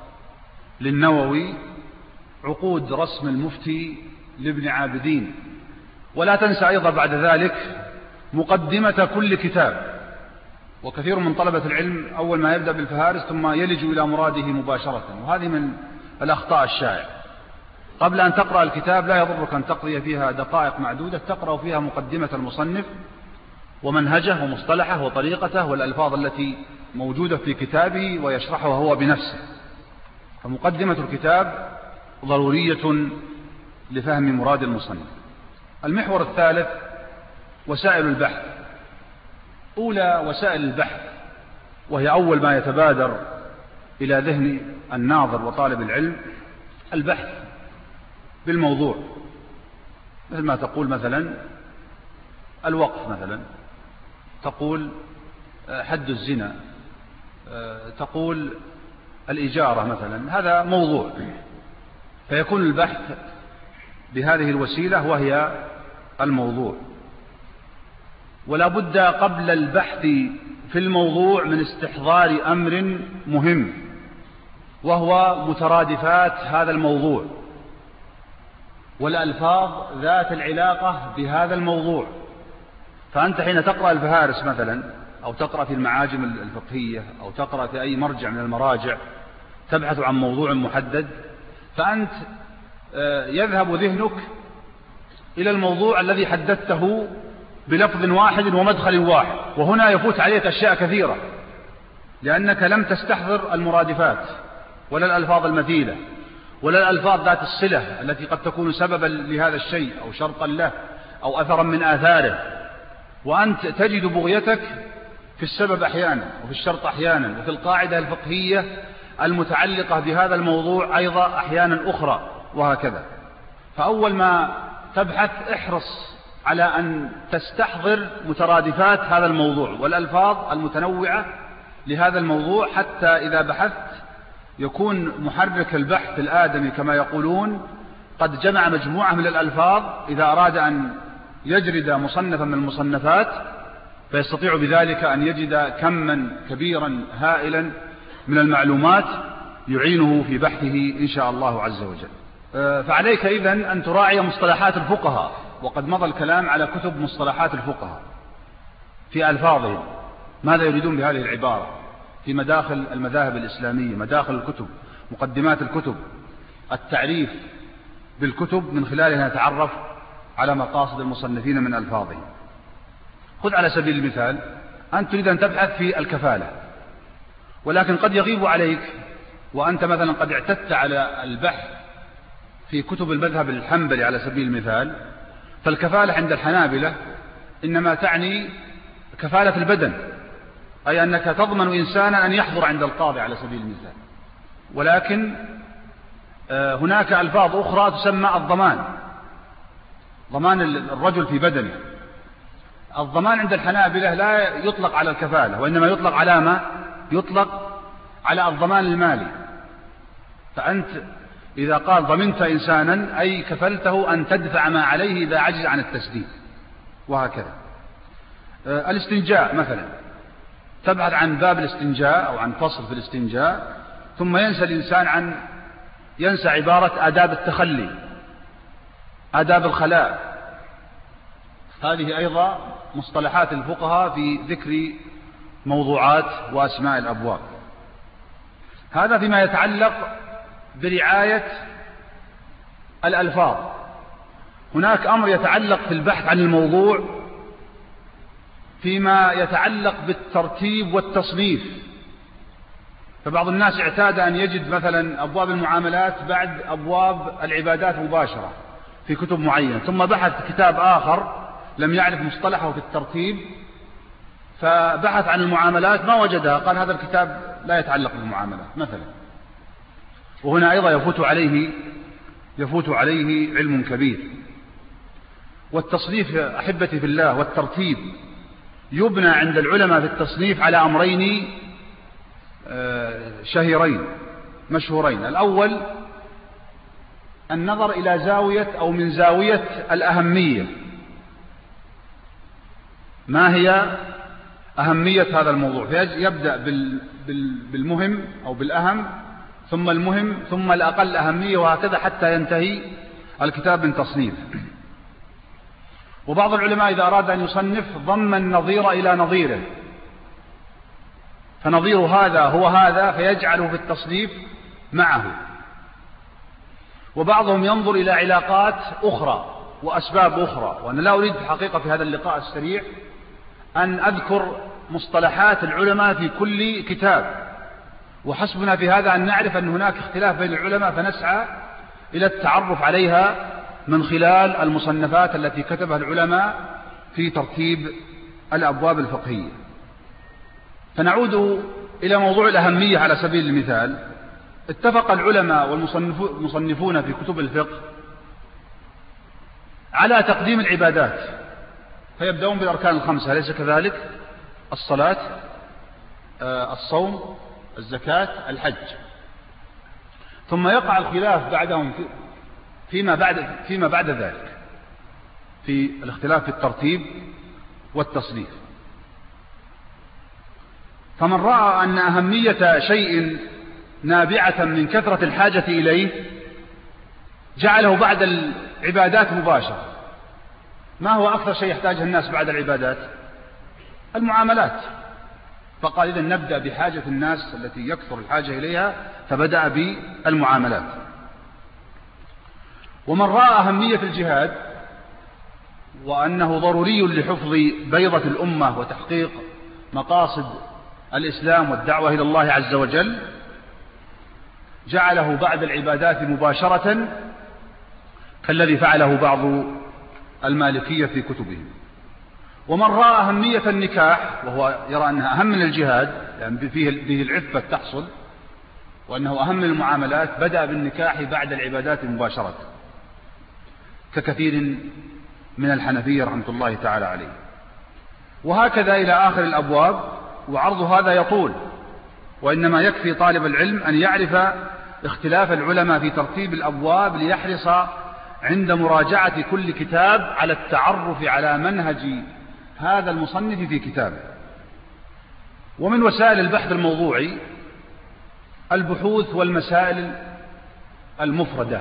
للنووي، عقود رسم المفتي لابن عابدين. ولا تنسى أيضا بعد ذلك مقدمة كل كتاب. وكثير من طلبة العلم أول ما يبدأ بالفهارس ثم يلج إلى مراده مباشرة، وهذه من الأخطاء الشائعة. قبل أن تقرأ الكتاب لا يضرك أن تقضي فيها دقائق معدودة، تقرأ فيها مقدمة المصنف ومنهجه ومصطلحه وطريقته والألفاظ التي موجودة في كتابه ويشرحها هو بنفسه. فمقدمة الكتاب ضرورية لفهم مراد المصنف. المحور الثالث وسائل البحث. أولى وسائل البحث، وهي أول ما يتبادر إلى ذهن الناظر وطالب العلم، البحث بالموضوع، مثل ما تقول مثلا الوقف، مثلا تقول حد الزنا، تقول الإجارة مثلا، هذا موضوع، فيكون البحث بهذه الوسيلة وهي الموضوع. ولا بد قبل البحث في الموضوع من استحضار أمر مهم، وهو مترادفات هذا الموضوع والألفاظ ذات العلاقة بهذا الموضوع. فأنت حين تقرأ الفهارس مثلا، أو تقرأ في المعاجم الفقهية، أو تقرأ في أي مرجع من المراجع تبحث عن موضوع محدد، فأنت يذهب ذهنك إلى الموضوع الذي حددته بلفظ واحد ومدخل واحد، وهنا يفوت عليك أشياء كثيرة، لأنك لم تستحضر المرادفات ولا الألفاظ المثيلة ولا الألفاظ ذات الصلة التي قد تكون سببا لهذا الشيء أو شرطا له أو أثرا من آثاره. وأنت تجد بغيتك في السبب أحيانا، وفي الشرط أحيانا، وفي القاعدة الفقهية المتعلقة بهذا الموضوع أيضا أحيانا أخرى، وهكذا. فأول ما تبحث احرص على أن تستحضر مترادفات هذا الموضوع والألفاظ المتنوعة لهذا الموضوع، حتى إذا بحثت يكون محرك البحث الآدمي كما يقولون قد جمع مجموعة من الألفاظ إذا أراد أن يجرد مصنفا من المصنفات، فيستطيع بذلك أن يجد كما كبيرا هائلا من المعلومات يعينه في بحثه إن شاء الله عز وجل. فعليك إذن أن تراعي مصطلحات الفقهاء، وقد مضى الكلام على كتب مصطلحات الفقهاء في ألفاظهم، ماذا يريدون بهذه العبارة، في مداخل المذاهب الإسلامية، مداخل الكتب، مقدمات الكتب، التعريف بالكتب من خلالها نتعرف على مقاصد المصنفين من ألفاظهم. خذ على سبيل المثال، أنت تريد أن تبحث في الكفالة، ولكن قد يغيب عليك وأنت مثلا قد اعتدت على البحث في كتب المذهب الحنبلي على سبيل المثال. فالكفالة عند الحنابلة إنما تعني كفالة البدن، أي أنك تضمن إنسانا أن يحضر عند القاضي على سبيل المثال. ولكن هناك ألفاظ أخرى تسمى الضمان، ضمان الرجل في بدنه. الضمان عند الحنابلة لا يطلق على الكفالة، وإنما يطلق على ما يطلق على الضمان المالي. فأنت إذا قال ضمنت إنسانا أي كفلته أن تدفع ما عليه إذا عجز عن التسديد، وهكذا. الاستنجاء مثلا، تبحث عن باب الاستنجاء أو عن فصل في الاستنجاء، ثم ينسى الإنسان عن ينسى عبارة آداب التخلي، آداب الخلاء. هذه أيضا مصطلحات الفقهاء في ذكر موضوعات وأسماء الأبواب. هذا فيما يتعلق برعاية الألفاظ. هناك أمر يتعلق في البحث عن الموضوع فيما يتعلق بالترتيب والتصنيف. فبعض الناس اعتاد أن يجد مثلا أبواب المعاملات بعد أبواب العبادات مباشرة في كتب معينة، ثم بحث كتاب آخر لم يعرف مصطلحه في الترتيب فبحث عن المعاملات ما وجدها، قال هذا الكتاب لا يتعلق بالمعاملات مثلا. وهنا أيضا يفوت عليه يفوت عليه علم كبير. والتصنيف أحبتي في الله والترتيب يبنى عند العلماء في التصنيف على أمرين شهيرين مشهورين. الأول النظر إلى زاوية أو من زاوية الأهمية، ما هي أهمية هذا الموضوع، فيبدأ بالمهم أو بالأهم، ثم المهم، ثم الأقل أهمية، وهكذا حتى ينتهي الكتاب من تصنيف. وبعض العلماء إذا أراد أن يصنف ضم النظير إلى نظيره، فنظير هذا هو هذا فيجعله في التصنيف معه. وبعضهم ينظر إلى علاقات أخرى وأسباب أخرى، وأنا لا أريد في الحقيقة في هذا اللقاء السريع أن أذكر مصطلحات العلماء في كل كتاب، وحسبنا في هذا أن نعرف أن هناك اختلاف بين العلماء، فنسعى إلى التعرف عليها من خلال المصنفات التي كتبها العلماء في ترتيب الأبواب الفقهية. فنعود إلى موضوع الأهمية على سبيل المثال. اتفق العلماء والمصنفون في كتب الفقه على تقديم العبادات، فيبدأون بالأركان الخمسة، أليس كذلك؟ الصلاة، الصوم، الزكاة، الحج. ثم يقع الخلاف بعدهم فيما بعد فيما بعد ذلك في الاختلاف في الترتيب والتصنيف. فمن رأى أن أهمية شيء نابعة من كثرة الحاجة إليه جعله بعد العبادات مباشرة. ما هو أكثر شيء يحتاجه الناس بعد العبادات؟ المعاملات. فقال إذن نبدأ بحاجة الناس التي يكثر الحاجة إليها، فبدأ بالمعاملات. ومن رأى أهمية الجهاد وأنه ضروري لحفظ بيضة الأمة وتحقيق مقاصد الإسلام والدعوة إلى الله عز وجل جعله بعد العبادات مباشرة، كالذي فعله بعض المالكية في كتبهم. ومن رأى أهمية النكاح وهو يرى أنها أهم من الجهاد، يعني فيه العفة تحصل، وأنه أهم من المعاملات، بدأ بالنكاح بعد العبادات مباشرة، ككثير من الحنفية رحمة الله تعالى عليه. وهكذا إلى آخر الأبواب. وعرض هذا يطول، وإنما يكفي طالب العلم أن يعرف اختلاف العلماء في ترتيب الأبواب ليحرص عند مراجعة كل كتاب على التعرف على منهج هذا المصنف في كتابه. ومن وسائل البحث الموضوعي البحوث والمسائل المفردة،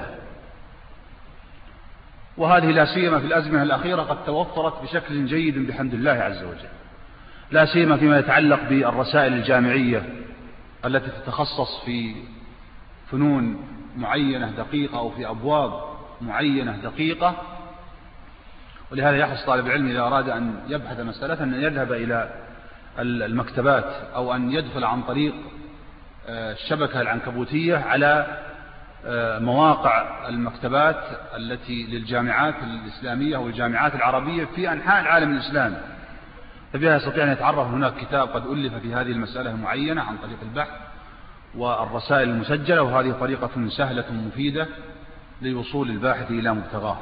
وهذه لا سيما في الأزمنة الأخيرة قد توفرت بشكل جيد بحمد الله عز وجل، لا سيما فيما يتعلق بالرسائل الجامعية التي تتخصص في فنون معينة دقيقة أو في أبواب معينة دقيقة. ولهذا يحرص طالب العلم إذا أراد أن يبحث مسألة أن يذهب إلى المكتبات أو أن يدخل عن طريق الشبكة العنكبوتية على مواقع المكتبات التي للجامعات الإسلامية والجامعات العربية في أنحاء العالم الإسلامي، فبها يستطيع أن يتعرف هناك كتاب قد ألف في هذه المسألة المعينة عن طريق البحث والرسائل المسجلة، وهذه طريقة سهلة مفيدة لوصول الباحث إلى مبتغاه.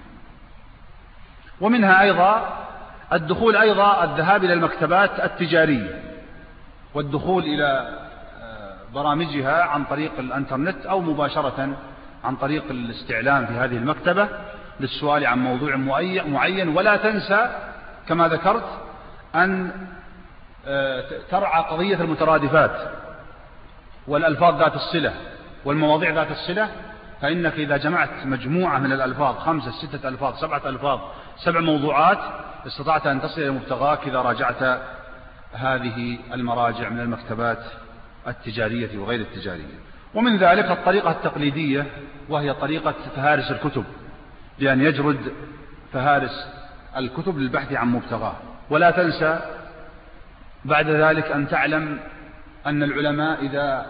ومنها أيضا الدخول أيضا الذهاب إلى المكتبات التجارية والدخول إلى برامجها عن طريق الانترنت أو مباشرة عن طريق الاستعلام في هذه المكتبة للسؤال عن موضوع معين. ولا تنسى كما ذكرت أن ترعى قضية المترادفات والألفاظ ذات الصلة والمواضيع ذات الصلة، فإنك إذا جمعت مجموعة من الألفاظ، خمسة ستة ألفاظ سبعة ألفاظ سبع موضوعات، استطعت أن تصل إلى مبتغاك إذا راجعت هذه المراجع من المكتبات التجارية وغير التجارية. ومن ذلك الطريقة التقليدية، وهي طريقة فهارس الكتب، بأن يجرد فهارس الكتب للبحث عن مبتغاه. ولا تنسى بعد ذلك أن تعلم أن العلماء إذا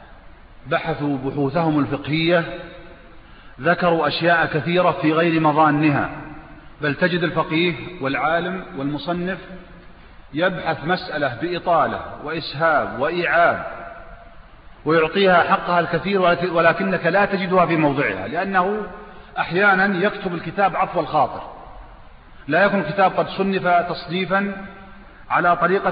بحثوا بحوثهم الفقهية ذكروا أشياء كثيرة في غير مظانها، بل تجد الفقيه والعالم والمصنف يبحث مسألة بإطالة وإسهاب وإيعاب ويعطيها حقها الكثير، ولكنك لا تجدها في موضعها، لأنه أحيانا يكتب الكتاب عفو الخاطر، لا يكون الكتاب قد صنف تصنيفا على طريقة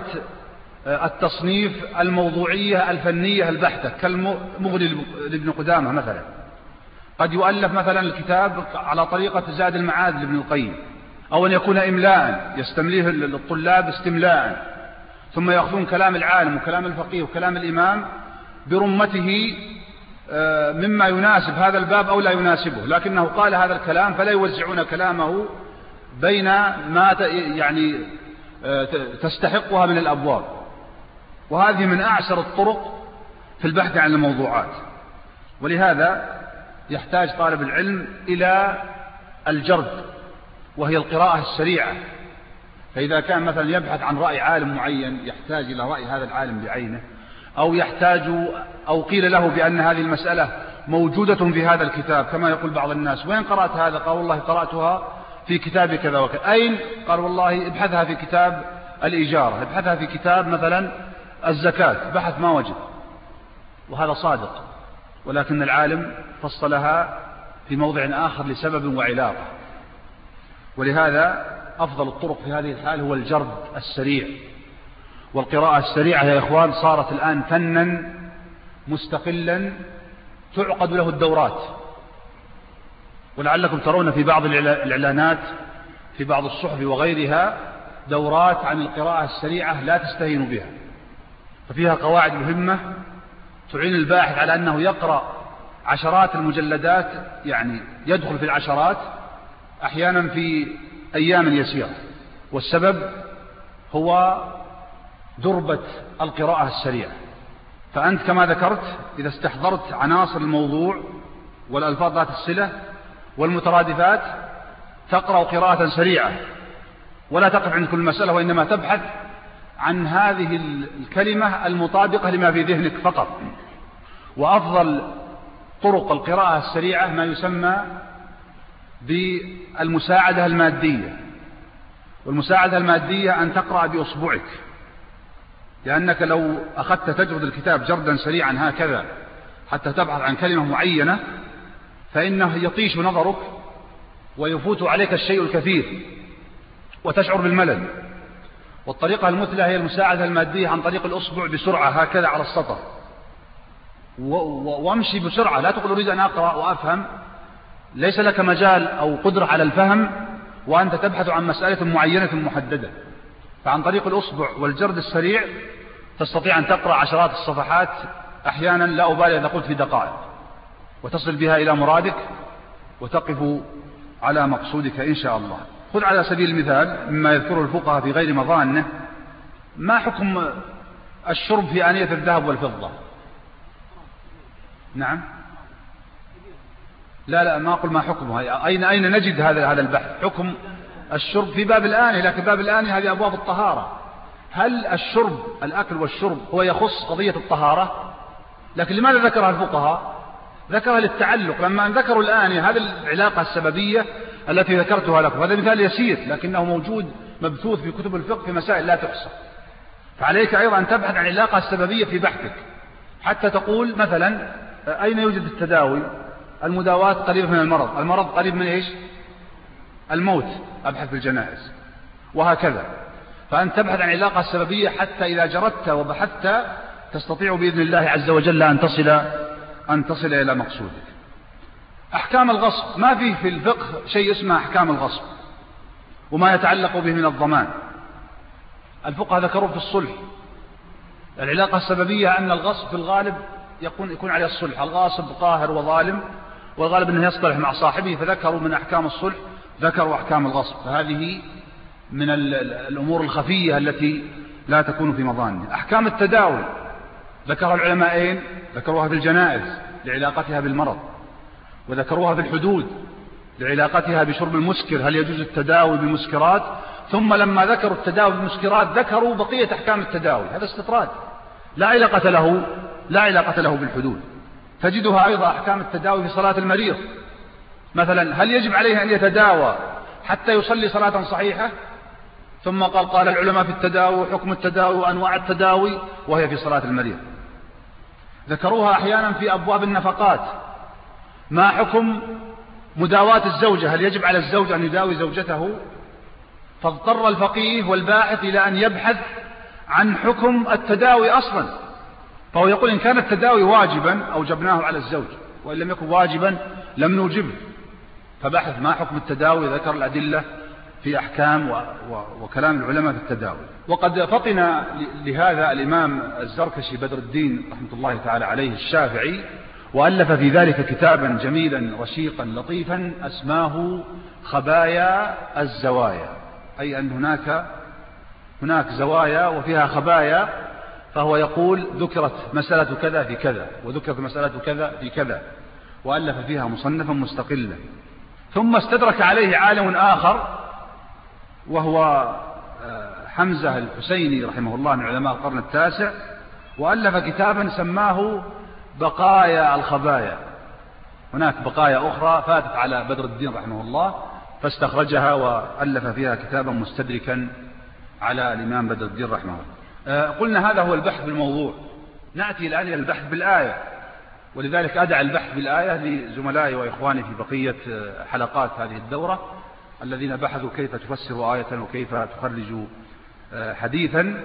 التصنيف الموضوعية الفنية البحتة كالمغني لابن قدامة مثلا. قد يؤلف مثلا الكتاب على طريقة زاد المعاد لابن القيم، أو أن يكون إملاء يستمليه الطلاب استملاء، ثم يأخذون كلام العالم وكلام الفقيه وكلام الإمام برمته مما يناسب هذا الباب أو لا يناسبه، لكنه قال هذا الكلام فلا يوزعون كلامه بين ما يعني تستحقها من الأبواب. وهذه من أعسر الطرق في البحث عن الموضوعات. ولهذا يحتاج طالب العلم إلى الجرد، وهي القراءة السريعة، فإذا كان مثلا يبحث عن رأي عالم معين يحتاج إلى رأي هذا العالم بعينه، أو يحتاج أو قيل له بأن هذه المسألة موجودة في هذا الكتاب كما يقول بعض الناس، وين قرأت هذا؟ قال والله قرأتها في كتاب كذا وكذا. أين؟ قال والله ابحثها في كتاب الإجارة، ابحثها في كتاب مثلا الزكاة، بحث ما وجد، وهذا صادق، ولكن العالم فصلها في موضع آخر لسبب وعلاقة. ولهذا أفضل الطرق في هذه الحال هو الجرد السريع، والقراءة السريعة يا إخوان صارت الآن فنا مستقلا تعقد له الدورات، ولعلكم ترون في بعض الإعلانات في بعض الصحف وغيرها دورات عن القراءة السريعة لا تستهين بها، ففيها قواعد مهمة تعين الباحث على أنه يقرأ عشرات المجلدات، يعني يدخل في العشرات أحيانا في أيام يسيرة، والسبب هو دربة القراءة السريعة. فأنت كما ذكرت إذا استحضرت عناصر الموضوع والألفاظ ذات الصلة والمترادفات تقرأ قراءة سريعة، ولا تقف عند كل مسألة، وإنما تبحث عن هذه الكلمة المطابقة لما في ذهنك فقط. وأفضل طرق القراءة السريعة ما يسمى بالمساعدة المادية، والمساعدة المادية أن تقرأ بأصبعك، لأنك لو أخذت تجرد الكتاب جردا سريعا هكذا حتى تبحث عن كلمة معينة فإنه يطيش نظرك ويفوت عليك الشيء الكثير وتشعر بالملل. والطريقة المثلى هي المساعدة المادية عن طريق الأصبع بسرعة هكذا على السطر، وامشي بسرعة، لا تقول أريد أن أقرأ وأفهم، ليس لك مجال أو قدرة على الفهم وأنت تبحث عن مسألة معينة محددة. فعن طريق الأصبع والجرد السريع تستطيع أن تقرأ عشرات الصفحات أحيانا لا أبالي إذا قلت في دقائق، وتصل بها إلى مرادك وتقف على مقصودك إن شاء الله. خذ على سبيل المثال مما يذكره الفقهاء في غير مظانه، ما حكم الشرب في آنية الذهب والفضة؟ نعم، لا لا ما أقول ما حكمها، أين أين نجد هذا هذا البحث؟ حكم الشرب في باب الآنية، لكن باب الآنية هذه أبواب الطهارة. هل الشرب الأكل والشرب هو يخص قضية الطهارة؟ لكن لماذا ذكرها الفقهاء؟ ذكرها للتعلق، لما أن ذكروا الآنية هذه العلاقة السببية التي ذكرتها لكم. هذا مثال يسير لكنه موجود مبثوث في كتب الفقه في مسائل لا تحصى. فعليك أيضا أن تبحث عن العلاقة السببية في بحثك، حتى تقول مثلا أين يوجد التداوي؟ المداواة قريبة من المرض، المرض قريب من إيش؟ الموت، أبحث في الجنائز، وهكذا. فأنت تبحث عن العلاقة السببية حتى إذا جردت وبحثت تستطيع بإذن الله عز وجل أن تصل أن تصل إلى مقصودك. أحكام الغصب، ما فيه في الفقه شيء اسمه أحكام الغصب وما يتعلق به من الضمان. الفقهاء ذكروا في الصلح العلاقة السببية أن الغصب في الغالب يكون يكون عليه الصلح، الغاصب قاهر وظالم، والغالب أنه يصطلح مع صاحبه، فذكروا من أحكام الصلح ذكروا أحكام الغصب. فهذه من الأمور الخفية التي لا تكون في مظانه. أحكام التداوي ذكرها العلماء، ذكروها في الجنائز لعلاقتها بالمرض، وذكروها في الحدود لعلاقتها بشرب المسكر، هل يجوز التداوي بالمسكرات؟ ثم لما ذكروا التداوي بالمسكرات ذكروا بقية أحكام التداوي. هذا استطراد لا علاقة له لا علاقة له بالحدود. تجدها أيضا أحكام التداوي في صلاة المريض، مثلا هل يجب عليه أن يتداوى حتى يصلي صلاة صحيحة؟ ثم قال قال العلماء في التداوي حكم التداوي وأنواع التداوي وهي في صلاة المريض. ذكروها أحيانا في أبواب النفقات، ما حكم مداواة الزوجة؟ هل يجب على الزوج أن يداوي زوجته؟ فاضطر الفقيه والباحث إلى أن يبحث عن حكم التداوي أصلا، فهو يقول إن كان التداوي واجبا أوجبناه على الزوج، وإن لم يكن واجبا لم نوجبه. فبحث ما حكم التداوي، ذكر الأدلة في أحكام و... و... وكلام العلماء في التداوي. وقد فطن لهذا الإمام الزركشي بدر الدين رحمة الله تعالى عليه الشافعي، وألف في ذلك كتابا جميلا رشيقا لطيفا اسماه خبايا الزوايا، أي أن هناك هناك زوايا وفيها خبايا، فهو يقول ذكرت مسألة كذا في كذا وذكرت مسألة كذا في كذا، وألف فيها مصنفا مستقلا. ثم استدرك عليه عالم آخر وهو حمزة الحسيني رحمه الله من علماء القرن التاسع، وألف كتابا سماه بقايا الخبايا. هناك بقايا أخرى فاتت على بدر الدين رحمه الله فاستخرجها وألف فيها كتابا مستدركا على الإمام بدر الدين رحمه الله. قلنا هذا هو البحث بالموضوع. نأتي الآن إلى البحث بالآية، ولذلك أدعى البحث بالآية لزملائي وإخواني في بقية حلقات هذه الدورة الذين بحثوا كيف تفسر آية وكيف تخرج حديثا،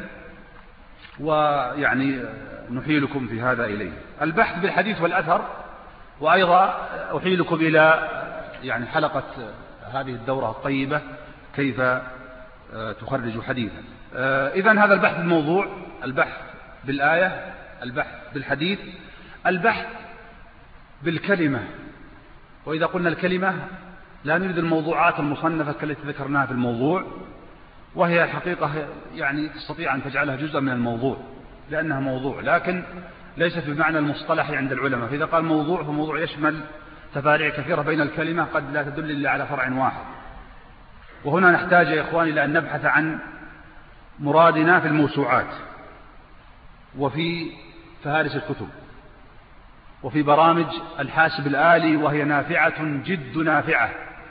ويعني نحيلكم في هذا إليه. البحث بالحديث والأثر، وأيضا أحيلكم إلى يعني حلقة هذه الدورة الطيبة كيف تخرج حديثا. إذن هذا البحث بالموضوع، البحث بالآية، البحث بالحديث، البحث بالكلمة. وإذا قلنا الكلمة لا نريد الموضوعات المصنفة التي ذكرناها في الموضوع، وهي الحقيقة يعني تستطيع أن تجعلها جزءا من الموضوع لأنها موضوع، لكن ليست بمعنى المصطلح عند العلماء. فإذا قال موضوع فموضوع يشمل تفاريع كثيرة بين الكلمة قد لا تدل إلا على فرع واحد. وهنا نحتاج يا إخواني إلى أن نبحث عن مرادنا في الموسوعات وفي فهارس الكتب وفي برامج الحاسب الآلي، وهي نافعة جد نافعة.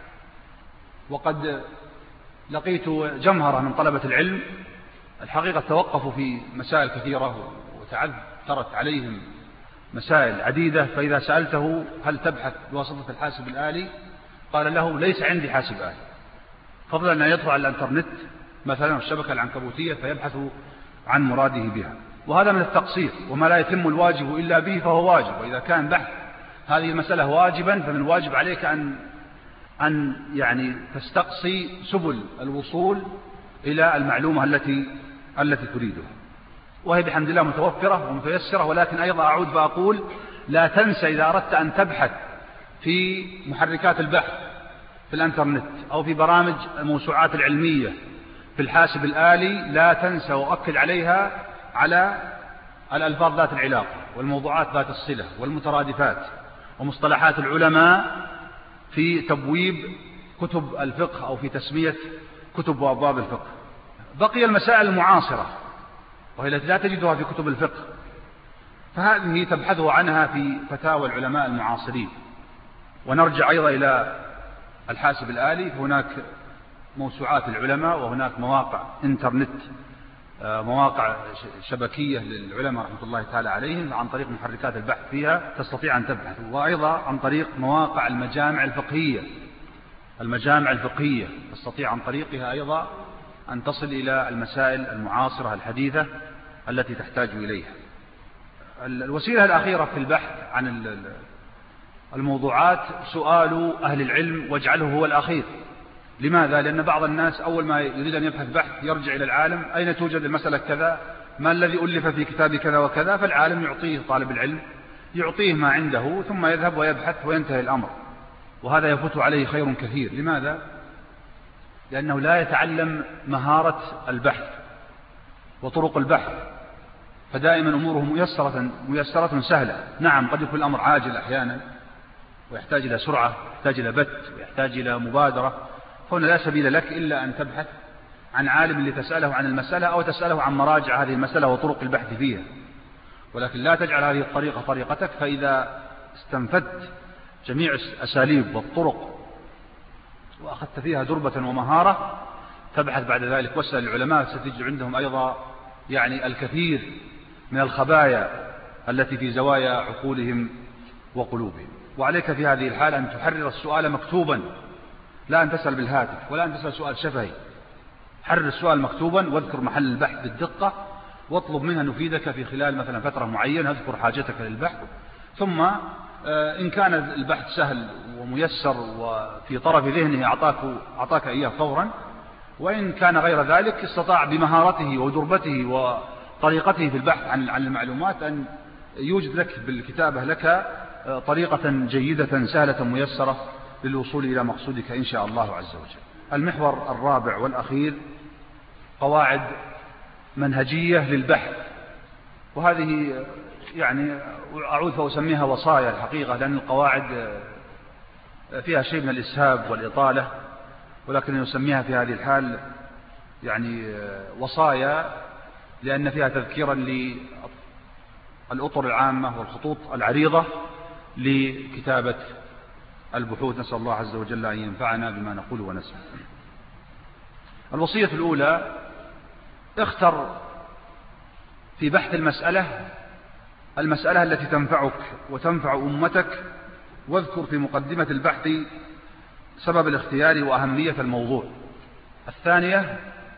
وقد لقيت جمهرة من طلبة العلم الحقيقة توقفوا في مسائل كثيرة وتعثرت عليهم مسائل عديدة، فإذا سألته هل تبحث بواسطة الحاسب الآلي قال له ليس عندي حاسب آلي، فضلا أن يدخل على الانترنت مثلا الشبكة العنكبوتية فيبحث عن مراده بها. وهذا من التقصير، وما لا يتم الواجب إلا به فهو واجب. وإذا كان بحث هذه المسألة واجبا فمن الواجب عليك أن أن يعني تستقصي سبل الوصول إلى المعلومة التي التي تريدها، وهي بحمد الله متوفرة ومتيسرة. ولكن أيضا أعود فأقول لا تنسى إذا أردت أن تبحث في محركات البحث في الانترنت أو في برامج الموسوعات العلمية في الحاسب الآلي، لا تنسى وأكد عليها على الألفاظ ذات العلاقة والموضوعات ذات الصلة والمترادفات ومصطلحات العلماء في تبويب كتب الفقه أو في تسمية كتب وأبواب الفقه. بقي المسائل المعاصرة وهي التي لا تجدها في كتب الفقه، فهذه تبحثه عنها في فتاوى العلماء المعاصرين. ونرجع أيضا إلى الحاسب الآلي، هناك موسوعات العلماء وهناك مواقع انترنت، مواقع شبكية للعلماء رحمة الله تعالى عليهم عن طريق محركات البحث فيها تستطيع أن تبحث، وأيضا عن طريق مواقع المجامع الفقهية المجامع الفقهية تستطيع عن طريقها أيضا أن تصل إلى المسائل المعاصرة الحديثة التي تحتاج إليها. الوسيلة الأخيرة في البحث عن الموضوعات سؤال أهل العلم واجعله هو الأخير. لماذا؟ لأن بعض الناس أول ما يريد أن يبحث بحث يرجع إلى العالم، أين توجد المسألة كذا، ما الذي ألف في كتاب كذا وكذا، فالعالم يعطيه طالب العلم يعطيه ما عنده ثم يذهب ويبحث وينتهي الأمر، وهذا يفوت عليه خير كثير. لماذا؟ لأنه لا يتعلم مهارة البحث وطرق البحث، فدائما أموره ميسرة ميسرة سهلة. نعم قد يكون الأمر عاجل أحيانا ويحتاج إلى سرعة، يحتاج إلى بت، ويحتاج إلى مبادرة، هنا لا سبيل لك إلا أن تبحث عن عالم اللي تسأله عن المسألة أو تسأله عن مراجع هذه المسألة وطرق البحث فيها، ولكن لا تجعل هذه الطريقة طريقتك. فإذا استنفدت جميع الأساليب والطرق وأخذت فيها دربة ومهارة تبحث بعد ذلك واسأل العلماء، ستجد عندهم أيضا يعني الكثير من الخبايا التي في زوايا عقولهم وقلوبهم. وعليك في هذه الحالة أن تحرر السؤال مكتوبا، لا أن تسأل بالهاتف ولا أن تسأل سؤال شفهي. حرر السؤال مكتوبا واذكر محل البحث بالدقة، واطلب منها نفيدك في خلال مثلا فترة معينة، اذكر حاجتك للبحث. ثم إن كان البحث سهل وميسر وفي طرف ذهنه أعطاك, أعطاك إياه فورا، وإن كان غير ذلك استطاع بمهارته ودربته وطريقته في البحث عن المعلومات أن يوجد لك بالكتابة لك طريقة جيدة سهلة ميسرة للوصول إلى مقصودك إن شاء الله عز وجل. المحور الرابع والأخير قواعد منهجية للبحث، وهذه يعني أعود فأسميها وصايا الحقيقة، لأن القواعد فيها شيء من الإسهاب والإطالة، ولكن يسميها في هذه الحال يعني وصايا لأن فيها تذكيرا للأطر العامة والخطوط العريضة لكتابة البحوث. نسأل الله عز وجل أن ينفعنا بما نقول ونسمع. الوصية الأولى: اختر في بحث المسألة المسألة التي تنفعك وتنفع أمتك، واذكر في مقدمة البحث سبب الاختيار وأهمية الموضوع. الثانية: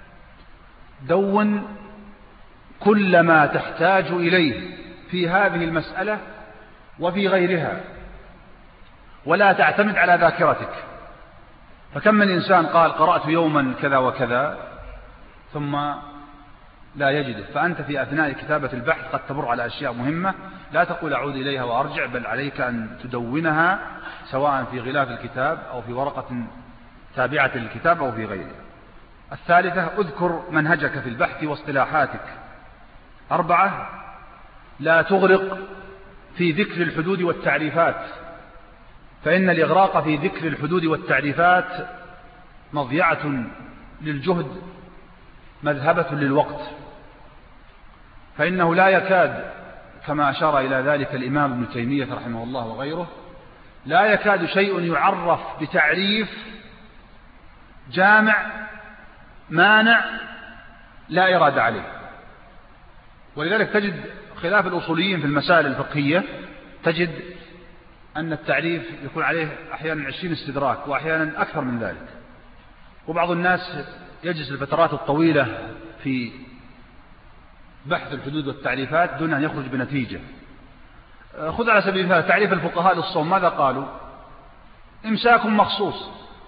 دون كل ما تحتاج إليه في هذه المسألة وفي غيرها، ولا تعتمد على ذاكرتك. فكم من إنسان قال قرأت يوما كذا وكذا ثم لا يجده، فأنت في أثناء كتابة البحث قد تمر على أشياء مهمة لا تقول أعود إليها وأرجع، بل عليك أن تدونها سواء في غلاف الكتاب أو في ورقة تابعة للكتاب أو في غيرها. الثالثة: اذكر منهجك في البحث واصطلاحاتك. أربعة: لا تغرق في ذكر الحدود والتعريفات، فإن الإغراق في ذكر الحدود والتعريفات مضيعة للجهد مذهبة للوقت، فإنه لا يكاد، كما أشار إلى ذلك الإمام ابن تيمية رحمه الله وغيره، لا يكاد شيء يعرف بتعريف جامع مانع لا إرادة عليه. ولذلك تجد خلاف الأصوليين في المسائل الفقهية، تجد أن التعريف يكون عليه أحيانا عشرين استدراك وأحيانا أكثر من ذلك. وبعض الناس يجلس الفترات الطويلة في بحث الحدود والتعريفات دون أن يخرج بنتيجة. خذ على سبيل المثال تعريف الفقهاء للصوم، ماذا قالوا؟ إمساك مخصوص.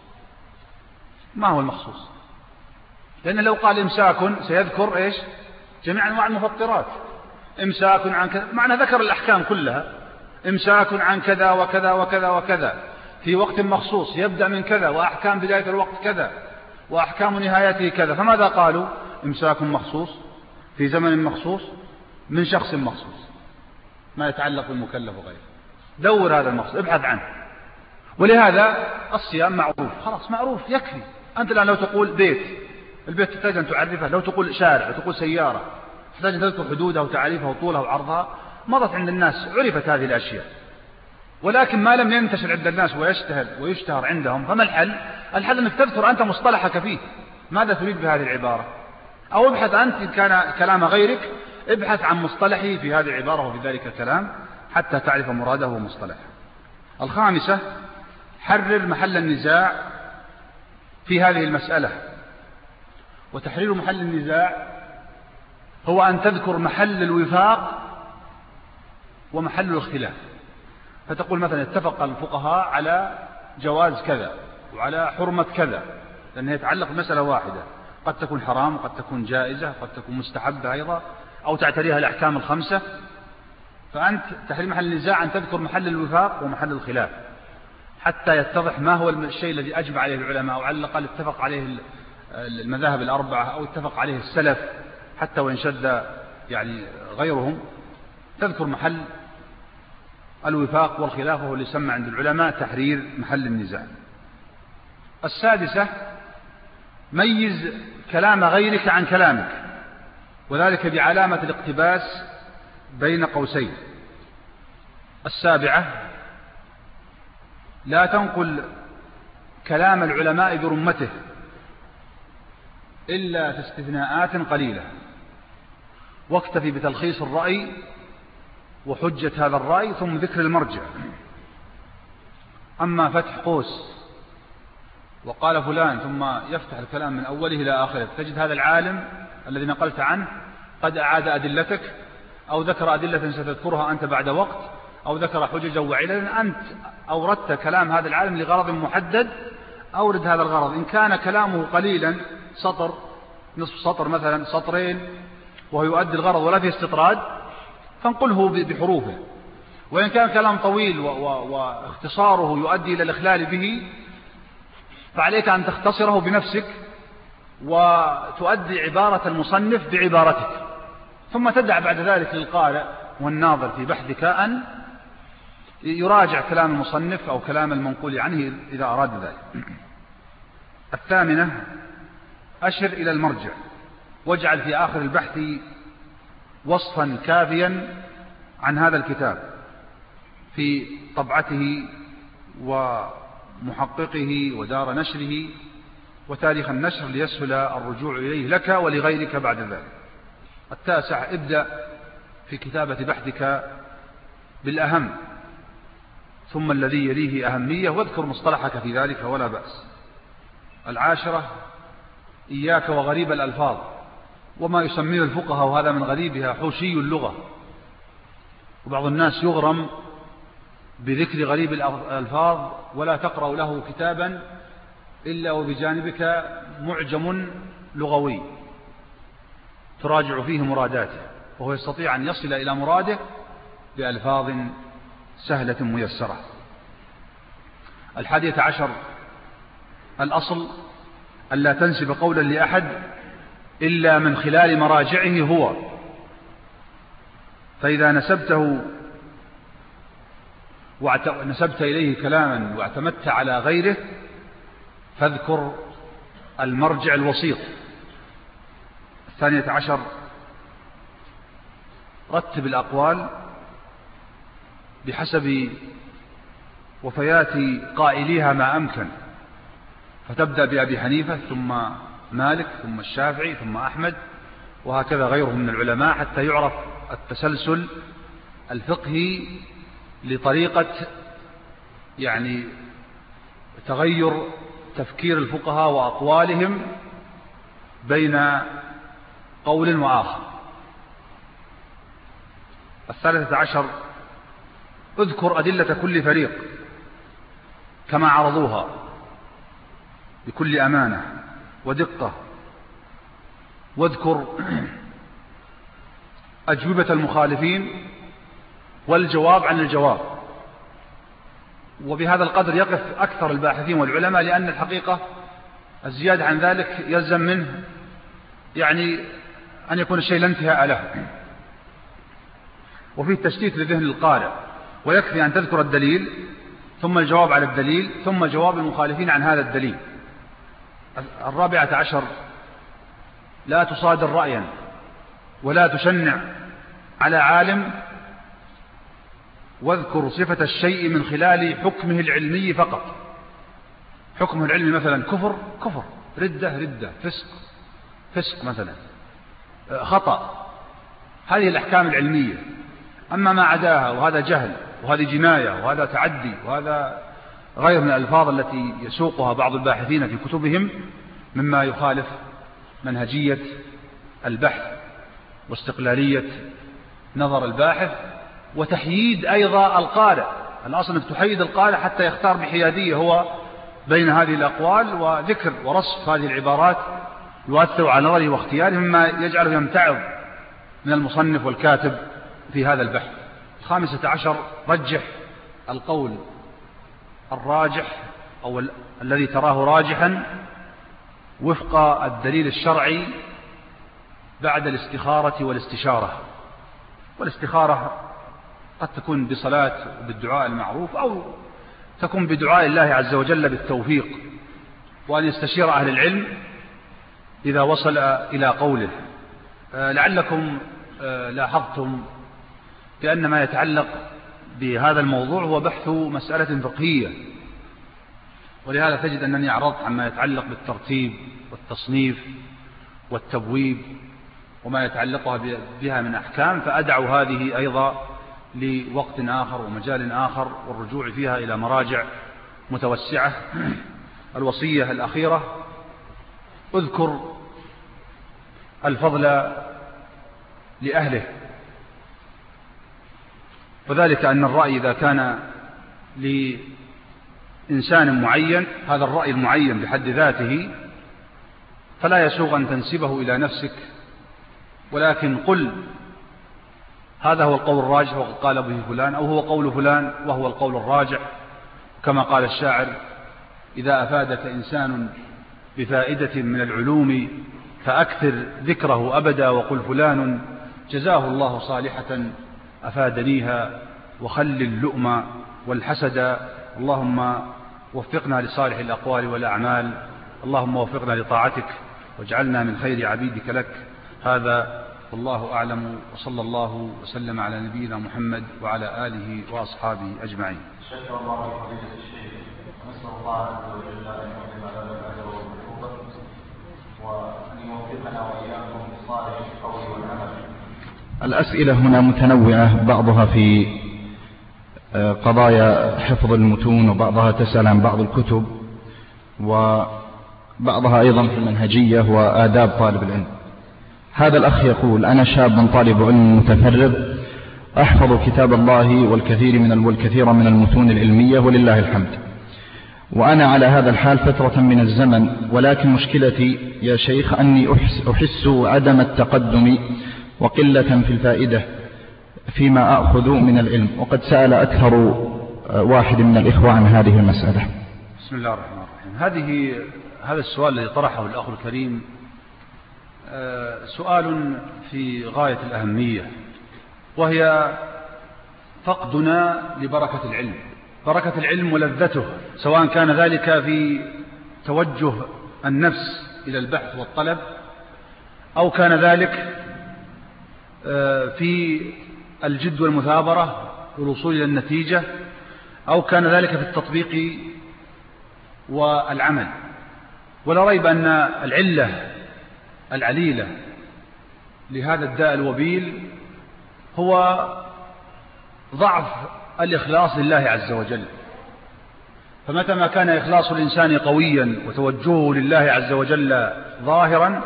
ما هو المخصوص؟ لأن لو قال إمساك سيذكر إيش؟ جميع أنواع المفطرات. إمساك عن كذا، معنى ذكر الأحكام كلها. إمساك عن كذا وكذا وكذا وكذا في وقت مخصوص، يبدأ من كذا، وأحكام بداية الوقت كذا، وأحكام نهايته كذا. فماذا قالوا؟ إمساك مخصوص في زمن مخصوص من شخص مخصوص، ما يتعلق بالمكلف وغيره. دور هذا المخصوص، ابحث عنه. ولهذا الصيام معروف، خلاص معروف يكفي. أنت الآن لو تقول بيت، البيت تحتاج أن تعرفه. لو تقول شارع، لو تقول سيارة، تحتاج أن تذكر حدودها وتعريفها وطولها وعرضها. مضت عند الناس، عرفت هذه الأشياء. ولكن ما لم ينتشر عند الناس ويشتهر ويشتهر عندهم، فما الحل؟ الحل أنك تذكر أنت مصطلحك فيه، ماذا تريد بهذه العبارة؟ أو ابحث أنت إن كان كلام غيرك، ابحث عن مصطلحه في هذه العبارة وفي ذلك الكلام حتى تعرف مراده ومصطلحه. الخامسة: حرر محل النزاع في هذه المسألة. وتحرير محل النزاع هو أن تذكر محل الوفاق ومحل الخلاف. فتقول مثلا اتفق الفقهاء على جواز كذا وعلى حرمة كذا، لأنها يتعلق بمسألة واحدة، قد تكون حرام وقد تكون جائزة قد تكون مستحبة أيضا، أو تعتريها الأحكام الخمسة. فأنت تحرير محل النزاع أن تذكر محل الوفاق ومحل الخلاف حتى يتضح ما هو الشيء الذي أجمع عليه العلماء، أو على الأقل اتفق عليه المذاهب الأربعة، أو اتفق عليه السلف، حتى وإن شد يعني غيرهم. تذكر محل الوفاق والخلاف، وهو اللي يسمى عند العلماء تحرير محل النزاع. السادسة: ميز كلام غيرك عن كلامك، وذلك بعلامة الاقتباس بين قوسين. السابعة: لا تنقل كلام العلماء برمته إلا في استثناءات قليلة، واكتفي بتلخيص الرأي وحجة هذا الرأي ثم ذكر المرجع. أما فتح قوس وقال فلان ثم يفتح الكلام من أوله إلى آخره، تجد هذا العالم الذي نقلت عنه قد أعاد أدلتك، أو ذكر أدلة ستذكرها أنت بعد وقت، أو ذكر حججا وعللا. أنت أوردت كلام هذا العالم لغرض محدد، أورد هذا الغرض. إن كان كلامه قليلا، سطر، نصف سطر مثلا، سطرين، وهو يؤدي الغرض ولا فيه استطراد، فانقله بحروفه. وإن كان كلام طويل واختصاره يؤدي إلى الإخلال به، فعليك أن تختصره بنفسك وتؤدي عبارة المصنف بعبارتك، ثم تدع بعد ذلك للقارئ والناظر في بحثك أن يراجع كلام المصنف أو كلام المنقول عنه إذا أراد ذلك. الثامنة: أشر إلى المرجع، واجعل في آخر البحث وصفا كافيا عن هذا الكتاب في طبعته ومحققه ودار نشره وتاريخ النشر ليسهل الرجوع إليه لك ولغيرك بعد ذلك. التاسع، ابدأ في كتابة بحثك بالأهم ثم الذي يليه أهمية، واذكر مصطلحك في ذلك ولا بأس. العاشرة، إياك وغريب الألفاظ وما يسميه الفقهاء وهذا من غريبها حوشي اللغة، وبعض الناس يغرم بذكر غريب الألفاظ ولا تقرأ له كتابا إلا وبجانبك معجم لغوي تراجع فيه مراداته، وهو يستطيع أن يصل إلى مراده بألفاظ سهلة ميسرة. الحادية عشر، الأصل ألا تنسب قولا لأحد إلا من خلال مراجعه هو، فإذا نسبته ونسبت إليه كلاما واعتمدت على غيره فاذكر المرجع الوسيط. الثانية عشر، رتب الأقوال بحسب وفيات قائليها ما أمكن، فتبدأ بأبي حنيفة ثم مالك ثم الشافعي ثم أحمد وهكذا غيرهم من العلماء، حتى يعرف التسلسل الفقهي لطريقة يعني تغير تفكير الفقهاء وأقوالهم بين قول وآخر. الثالثة عشر، اذكر أدلة كل فريق كما عرضوها بكل أمانة ودقة، واذكر أجوبة المخالفين والجواب عن الجواب. وبهذا القدر يقف أكثر الباحثين والعلماء، لأن الحقيقة الزيادة عن ذلك يلزم منه يعني أن يكون الشيء لا انتهاء له، وفيه تشتيت لذهن القارئ، ويكفي أن تذكر الدليل ثم الجواب على الدليل ثم جواب المخالفين عن هذا الدليل. الرابعة عشر، لا تصادر رأيا ولا تشنع على عالم، واذكر صفة الشيء من خلال حكمه العلمي فقط. حكمه العلمي مثلا كفر كفر، ردة ردة، فسق فسق مثلا، خطأ، هذه الأحكام العلمية. أما ما عداها وهذا جهل وهذه جناية وهذا تعدي وهذا غير من الألفاظ التي يسوقها بعض الباحثين في كتبهم مما يخالف منهجية البحث واستقلالية نظر الباحث وتحييد أيضا القارئ. الأصل أنك تحيد القارئ حتى يختار بحيادية هو بين هذه الأقوال، وذكر ورصف هذه العبارات يؤثر على نظره واختياره مما يجعله يمتعض من المصنف والكاتب في هذا البحث. الخامسة عشر، رجح القول الراجح أو ال... الذي تراه راجحا وفق الدليل الشرعي بعد الاستخارة والاستشارة. والاستخارة قد تكون بصلاة بالدعاء المعروف، أو تكون بدعاء الله عز وجل بالتوفيق، وأن يستشير أهل العلم إذا وصل إلى قوله. لعلكم لاحظتم بأن ما يتعلق بهذا الموضوع هو بحث مسألة فقهية، ولهذا تجد أنني أعرضت عما يتعلق بالترتيب والتصنيف والتبويب وما يتعلقها بها من أحكام، فأدع هذه أيضا لوقت آخر ومجال آخر والرجوع فيها إلى مراجع متوسعة. الوصية الأخيرة، اذكر الفضل لأهله، وذلك أن الرأي إذا كان لإنسان معين هذا الرأي المعين بحد ذاته فلا يسوغ أن تنسبه إلى نفسك، ولكن قل هذا هو القول الراجح وقد قال به فلان، أو هو قول فلان وهو القول الراجح، كما قال الشاعر: إذا أفادك إنسان بفائدة من العلوم فأكثر ذكره أبدا، وقل فلان جزاه الله صالحة أفادنيها، وخل اللؤم والحسد. اللهم وفقنا لصالح الأقوال والأعمال، اللهم وفقنا لطاعتك واجعلنا من خير عبيدك لك. هذا والله أعلم، وصلى الله وسلم على نبينا محمد وعلى آله وأصحابه أجمعين. شكر الله لفضيلة الشيخ، ونسأل الله عز وجل أن يقدم لنا الأجر والمثوبة، وأن يوفقنا وإياكم لصالح القول والعمل. الأسئلة هنا متنوعة، بعضها في قضايا حفظ المتون، وبعضها تسأل عن بعض الكتب، وبعضها أيضا في المنهجية وآداب طالب العلم. هذا الأخ يقول: أنا شاب طالب علم متفرغ، أحفظ كتاب الله والكثير من والكثير من المتون العلمية ولله الحمد، وأنا على هذا الحال فترة من الزمن، ولكن مشكلتي يا شيخ أني أحس, أحس عدم التقدم وقلة في الفائدة فيما أخذ من العلم، وقد سأل أكثر واحد من الإخوة عن هذه المسألة. بسم الله الرحمن الرحيم. هذه هذا السؤال الذي طرحه الأخ الكريم سؤال في غاية الأهمية، وهي فقدنا لبركة العلم، بركة العلم ولذته، سواء كان ذلك في توجه النفس إلى البحث والطلب، أو كان ذلك في الجد والمثابرة والوصول إلى النتيجة، أو كان ذلك في التطبيق والعمل. ولا ريب أن العلة العليلة لهذا الداء الوبيل هو ضعف الإخلاص لله عز وجل. فمتى ما كان إخلاص الإنسان قويا وتوجهه لله عز وجل ظاهرا،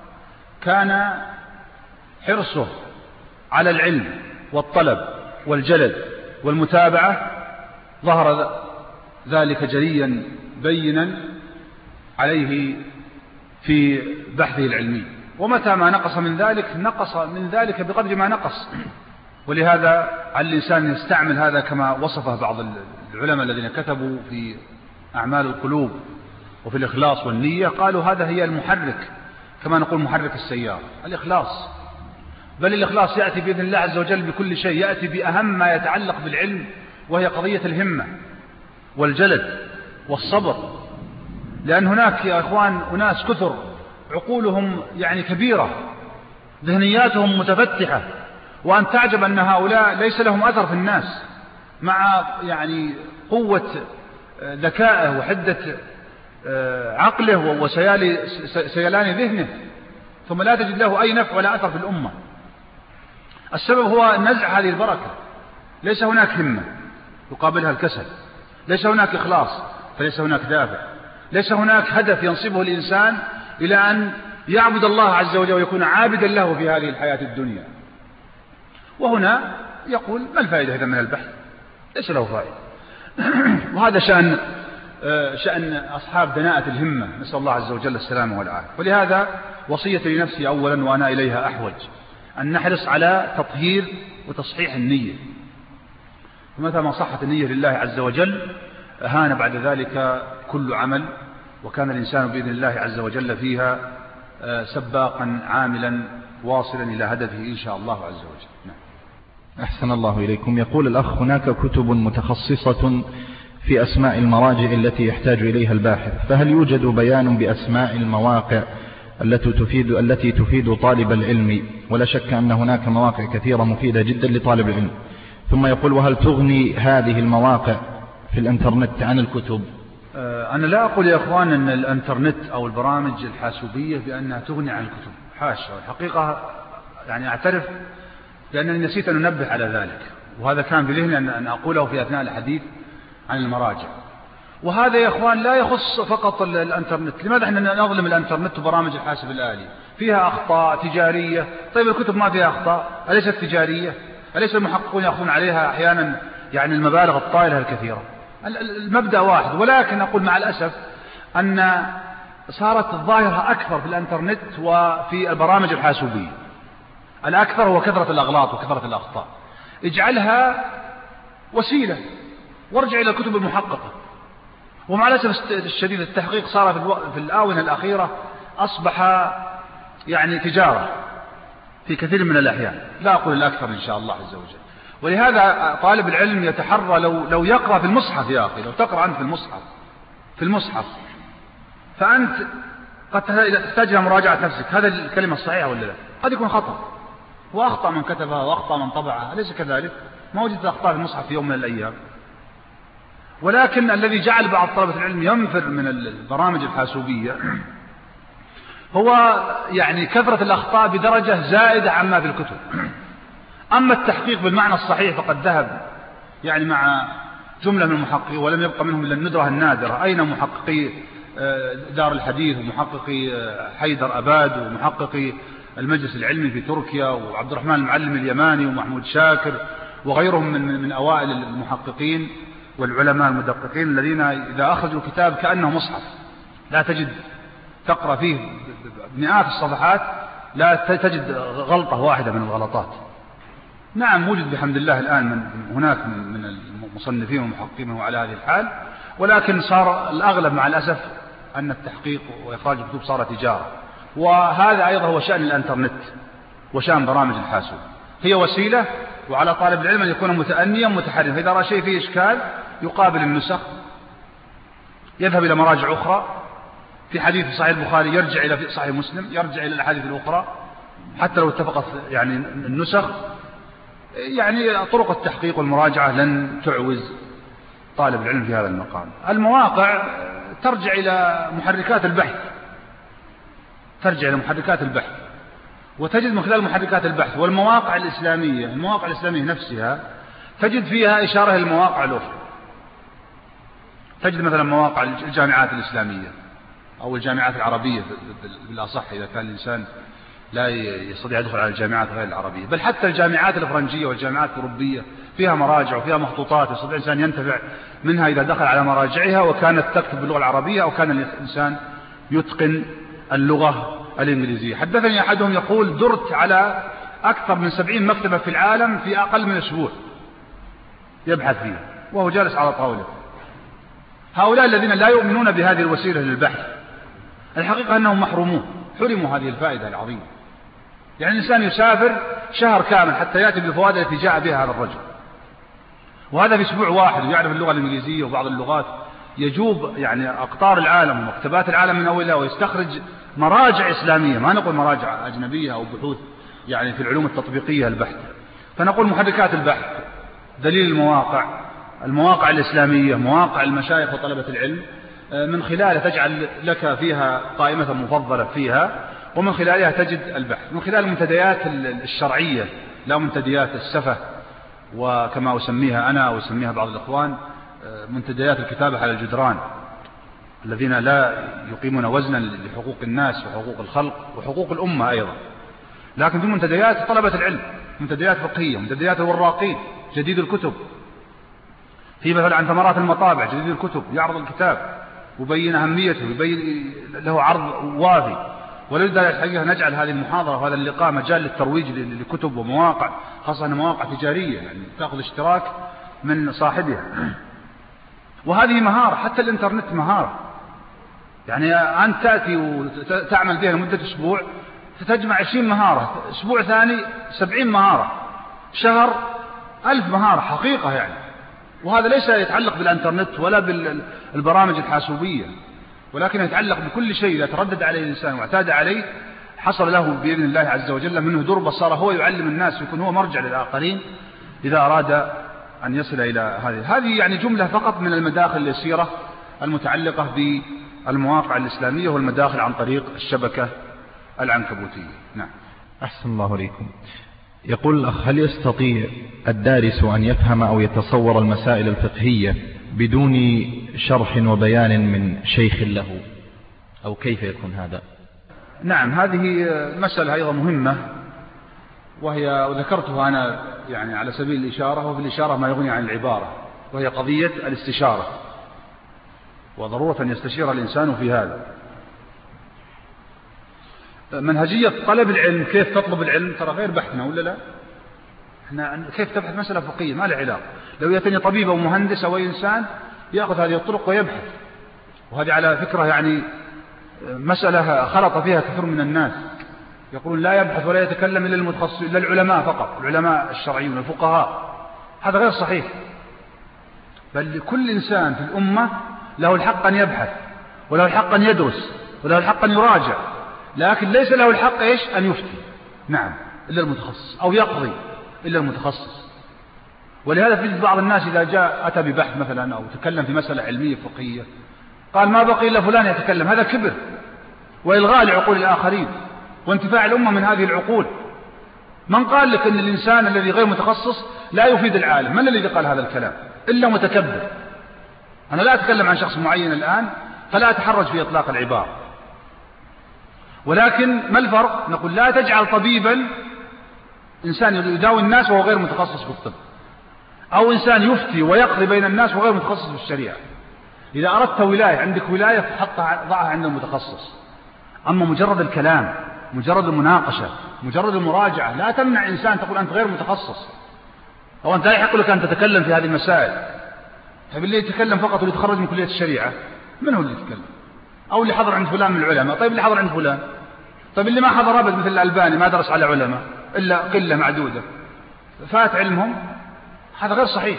كان حرصه على العلم والطلب والجلد والمتابعة ظهر ذلك جليا بينا عليه في بحثه العلمي. ومتى ما نقص من ذلك نقص من ذلك بقدر ما نقص. ولهذا على الإنسان يستعمل هذا كما وصفه بعض العلماء الذين كتبوا في أعمال القلوب وفي الإخلاص والنية، قالوا هذا هي المحرك، كما نقول محرك السيارة، الإخلاص. بل الإخلاص يأتي بإذن الله عز وجل بكل شيء، يأتي بأهم ما يتعلق بالعلم، وهي قضية الهمة والجلد والصبر. لأن هناك يا إخوان أناس كثر عقولهم يعني كبيرة، ذهنياتهم متفتحة، وأن تعجب أن هؤلاء ليس لهم أثر في الناس، مع يعني قوة ذكائه وحدة عقله وسيلان ذهنه، ثم لا تجد له أي نفع ولا أثر في الأمة. السبب هو نزع هذه البركة. ليس هناك همة يقابلها الكسل، ليس هناك إخلاص فليس هناك دافع، ليس هناك هدف ينصبه الإنسان إلى أن يعبد الله عز وجل ويكون عابدا له في هذه الحياة الدنيا. وهنا يقول: ما الفائدة إذا من البحث؟ ليس له فائدة. وهذا شأن شأن أصحاب دناءة الهمة، نسأل الله عز وجل السلامة والعافية. ولهذا وصية لنفسي أولا وأنا إليها أحوج، أن نحرص على تطهير وتصحيح النية. ومتى ما صحت النية لله عز وجل هان بعد ذلك كل عمل، وكان الإنسان بإذن الله عز وجل فيها سباقا عاملا واصلا إلى هدفه إن شاء الله عز وجل. نعم. أحسن الله إليكم. يقول الأخ: هناك كتب متخصصة في أسماء المراجع التي يحتاج إليها الباحث، فهل يوجد بيان بأسماء المواقع التي تفيد التي تفيد طالب العلم؟ ولا شك أن هناك مواقع كثيرة مفيدة جدا لطالب العلم. ثم يقول: وهل تغني هذه المواقع في الانترنت عن الكتب؟ أنا لا أقول يا أخوان أن الانترنت أو البرامج الحاسوبية بأنها تغني عن الكتب، حاشا. الحقيقة يعني أعترف لأنني نسيت أن أنبه على ذلك، وهذا كان بذهني أن أقوله في أثناء الحديث عن المراجع. وهذا يا أخوان لا يخص فقط الانترنت. لماذا احنا نظلم الانترنت وبرامج الحاسب الآلي؟ فيها أخطاء تجارية. طيب الكتب ما فيها أخطاء؟ أليست تجارية؟ أليس المحققون يأخذون عليها أحيانا يعني المبالغ الطائلة الكثيرة؟ المبدأ واحد. ولكن أقول مع الأسف أن صارت الظاهرة أكثر في الانترنت وفي البرامج الحاسوبية. الأكثر هو كثرة الأغلاط وكثرة الأخطاء. اجعلها وسيلة وارجع إلى الكتب المحققة. ومع الأسف الشديد التحقيق صار في الآونة الأخيرة أصبح يعني تجارة في كثير من الأحيان، لا أقول الأكثر إن شاء الله عز وجل. ولهذا طالب العلم يتحرى لو, لو يقرأ في المصحف يا أخي، لو تقرأ أنت في المصحف في المصحف فأنت قد تحتاج إلى مراجعة نفسك، هذا الكلمة الصحيحة ولا لا؟ قد يكون خطأ، وأخطأ من كتبها وأخطأ من طبعها، أليس كذلك؟ ما وجدت أخطاء في المصحف في يوم من الأيام. ولكن الذي جعل بعض طلبة العلم ينفر من البرامج الحاسوبية هو يعني كثرة الأخطاء بدرجة زائدة عما في الكتب. أما التحقيق بالمعنى الصحيح فقد ذهب يعني مع جملة من المحققين، ولم يبقى منهم إلا الندرة النادرة. أين محققي دار الحديث ومحققي حيدر أباد ومحققي المجلس العلمي في تركيا وعبد الرحمن المعلم اليماني ومحمود شاكر وغيرهم من, من أوائل المحققين والعلماء المدققين الذين إذا أخرجوا كتاب كأنه مصحف، لا تجد تقرأ فيه مئات الصفحات لا تجد غلطة واحدة من الغلطات. نعم وجد بحمد الله الآن من هناك من المصنفين والمحققين على هذه الحال، ولكن صار الأغلب مع الأسف أن التحقيق وإخراج الكتب صار تجارة. وهذا أيضا هو شأن الانترنت وشأن برامج الحاسوب، هي وسيلة، وعلى طالب العلم أن يكون متأنيا متحررا، فإذا رأى شيء فيه إشكال يقابل النسخ، يذهب إلى مراجع أخرى، في حديث في صحيح البخاري يرجع إلى صحيح مسلم، يرجع إلى الأحاديث الأخرى حتى لو اتفقت يعني النسخ. يعني طرق التحقيق والمراجعة لن تعوز طالب العلم في هذا المقام. المواقع ترجع إلى محركات البحث، ترجع إلى محركات البحث، وتجد من خلال محركات البحث والمواقع الإسلامية، المواقع الإسلامية نفسها تجد فيها إشارة للمواقع الأخرى. تجد مثلا مواقع الجامعات الإسلامية أو الجامعات العربية بالأصح إذا كان الإنسان لا يستطيع يدخل على الجامعات غير العربية، بل حتى الجامعات الفرنجية والجامعات الأوروبية فيها مراجع وفيها مخطوطات يستطيع الإنسان ينتفع منها إذا دخل على مراجعها وكانت تكتب باللغة العربية أو كان الإنسان يتقن اللغة الإنجليزية. حدثني أحدهم يقول درت على أكثر من سبعين مكتبة في العالم في أقل من أسبوع يبحث فيها وهو جالس على طاولة. هؤلاء الذين لا يؤمنون بهذه الوسيلة للبحث الحقيقة أنهم محرومون، حرموا هذه الفائدة العظيمة. يعني الإنسان يسافر شهر كامل حتى يأتي بالفوائد التي جاء بها هذا الرجل، وهذا في أسبوع واحد، ويعرف اللغة الإنجليزية وبعض اللغات، يجوب يعني أقطار العالم ومكتبات العالم من أولها ويستخرج مراجع إسلامية، ما نقول مراجع أجنبية أو بحوث يعني في العلوم التطبيقية البحث. فنقول محركات البحث، دليل المواقع، المواقع الإسلامية، مواقع المشايخ وطلبة العلم، من خلالها تجعل لك فيها قائمة مفضلة فيها، ومن خلالها تجد البحث. من خلال المنتديات الشرعية لا منتديات السفة، وكما أسميها أنا وأسميها بعض الإخوان منتديات الكتابة على الجدران، الذين لا يقيمون وزنا لحقوق الناس وحقوق الخلق وحقوق الأمة أيضا. لكن في منتديات طلبة العلم، منتديات فقهية، منتديات الوراقين، جديد الكتب، في مثلا عن ثمرات المطابع، جديد الكتب يعرض الكتاب ويبين أهميته ويبين له عرض وافي. ولذلك الحقيقة نجعل هذه المحاضرة وهذا اللقاء مجال للترويج لكتب ومواقع، خاصة أنها مواقع تجارية يعني تأخذ اشتراك من صاحبها. وهذه مهارة، حتى الإنترنت مهارة. يعني أنت تأتي وتعمل بها لمدة أسبوع فتجمع عشرين مهارة، أسبوع ثاني سبعين مهارة، شهر ألف مهارة حقيقة يعني. وهذا ليس يتعلق بالإنترنت ولا بالبرامج الحاسوبية، ولكن يتعلق بكل شيء إذا تردد عليه الإنسان واعتاد عليه حصل له بإذن الله عز وجل منه دربة، صار هو يعلم الناس ويكون هو مرجع للآخرين إذا أراد أن يصل إلى هذه. هذه يعني جملة فقط من المداخل اليسيرة المتعلقة بالمواقع الإسلامية والمداخل عن طريق الشبكة العنكبوتية. نعم. أحسن الله عليكم. يقول الأخ: هل يستطيع الدارس أن يفهم أو يتصور المسائل الفقهية بدون شرح وبيان من شيخ له، أو كيف يكون هذا؟ نعم، هذه مسألة أيضا مهمة، وهي وذكرتها أنا يعني على سبيل الإشارة، وفي الإشارة ما يغني عن العبارة، وهي قضية الاستشارة، وضرورة أن يستشير الإنسان في هذا. منهجية طلب العلم، كيف تطلب العلم، ترى غير بحثنا ولا لا؟ احنا كيف تبحث مسألة فقهية ما له علاقة. لو يأتني طبيب أو مهندس أو إنسان يأخذ هذه الطرق ويبحث، وهذه على فكرة يعني مسألة خلط فيها كثير من الناس، يقولون لا يبحث ولا يتكلم إلا المتخصصين، إلا العلماء فقط، العلماء الشرعيون الفقهاء. هذا غير صحيح، بل كل إنسان في الأمة له الحق أن يبحث وله الحق أن يدرس وله الحق أن يراجع، لكن ليس له الحق إيش أن يفتي، نعم، إلا المتخصص، أو يقضي إلا المتخصص. ولهذا تجد بعض الناس إذا جاء أتى ببحث مثلا أو تكلم في مسألة علمية فقهية قال ما بقي إلا فلان يتكلم، هذا كبر وإلغاء لعقول الآخرين وانتفاع الأمة من هذه العقول. من قال لك أن الإنسان الذي غير متخصص لا يفيد العالم؟ من الذي قال هذا الكلام إلا متكبر؟ أنا لا أتكلم عن شخص معين الآن فلا أتحرج في إطلاق العبارة، ولكن ما الفرق؟ نقول لا تجعل طبيبا إنسان يداوي الناس وهو غير متخصص في الطب، أو إنسان يفتي ويقضي بين الناس وغير متخصص في الشريعة. إذا أردت ولاية، عندك ولاية فحطها ضعها عند المتخصص. أما مجرد الكلام، مجرد المناقشة، مجرد المراجعة لا تمنع إنسان تقول أنت غير متخصص، أو أنت لا يحق لك أن تتكلم في هذه المسائل. طيب اللي يتكلم فقط واللي يتخرج من كلية الشريعة من هو اللي يتكلم؟ أو اللي حضر عند فلان من العلماء؟ طيب اللي حضر عند فلان؟ طيب اللي ما حضر أبد مثل الألباني ما درس على علماء إلا قلة معدودة فات علمهم، هذا غير صحيح.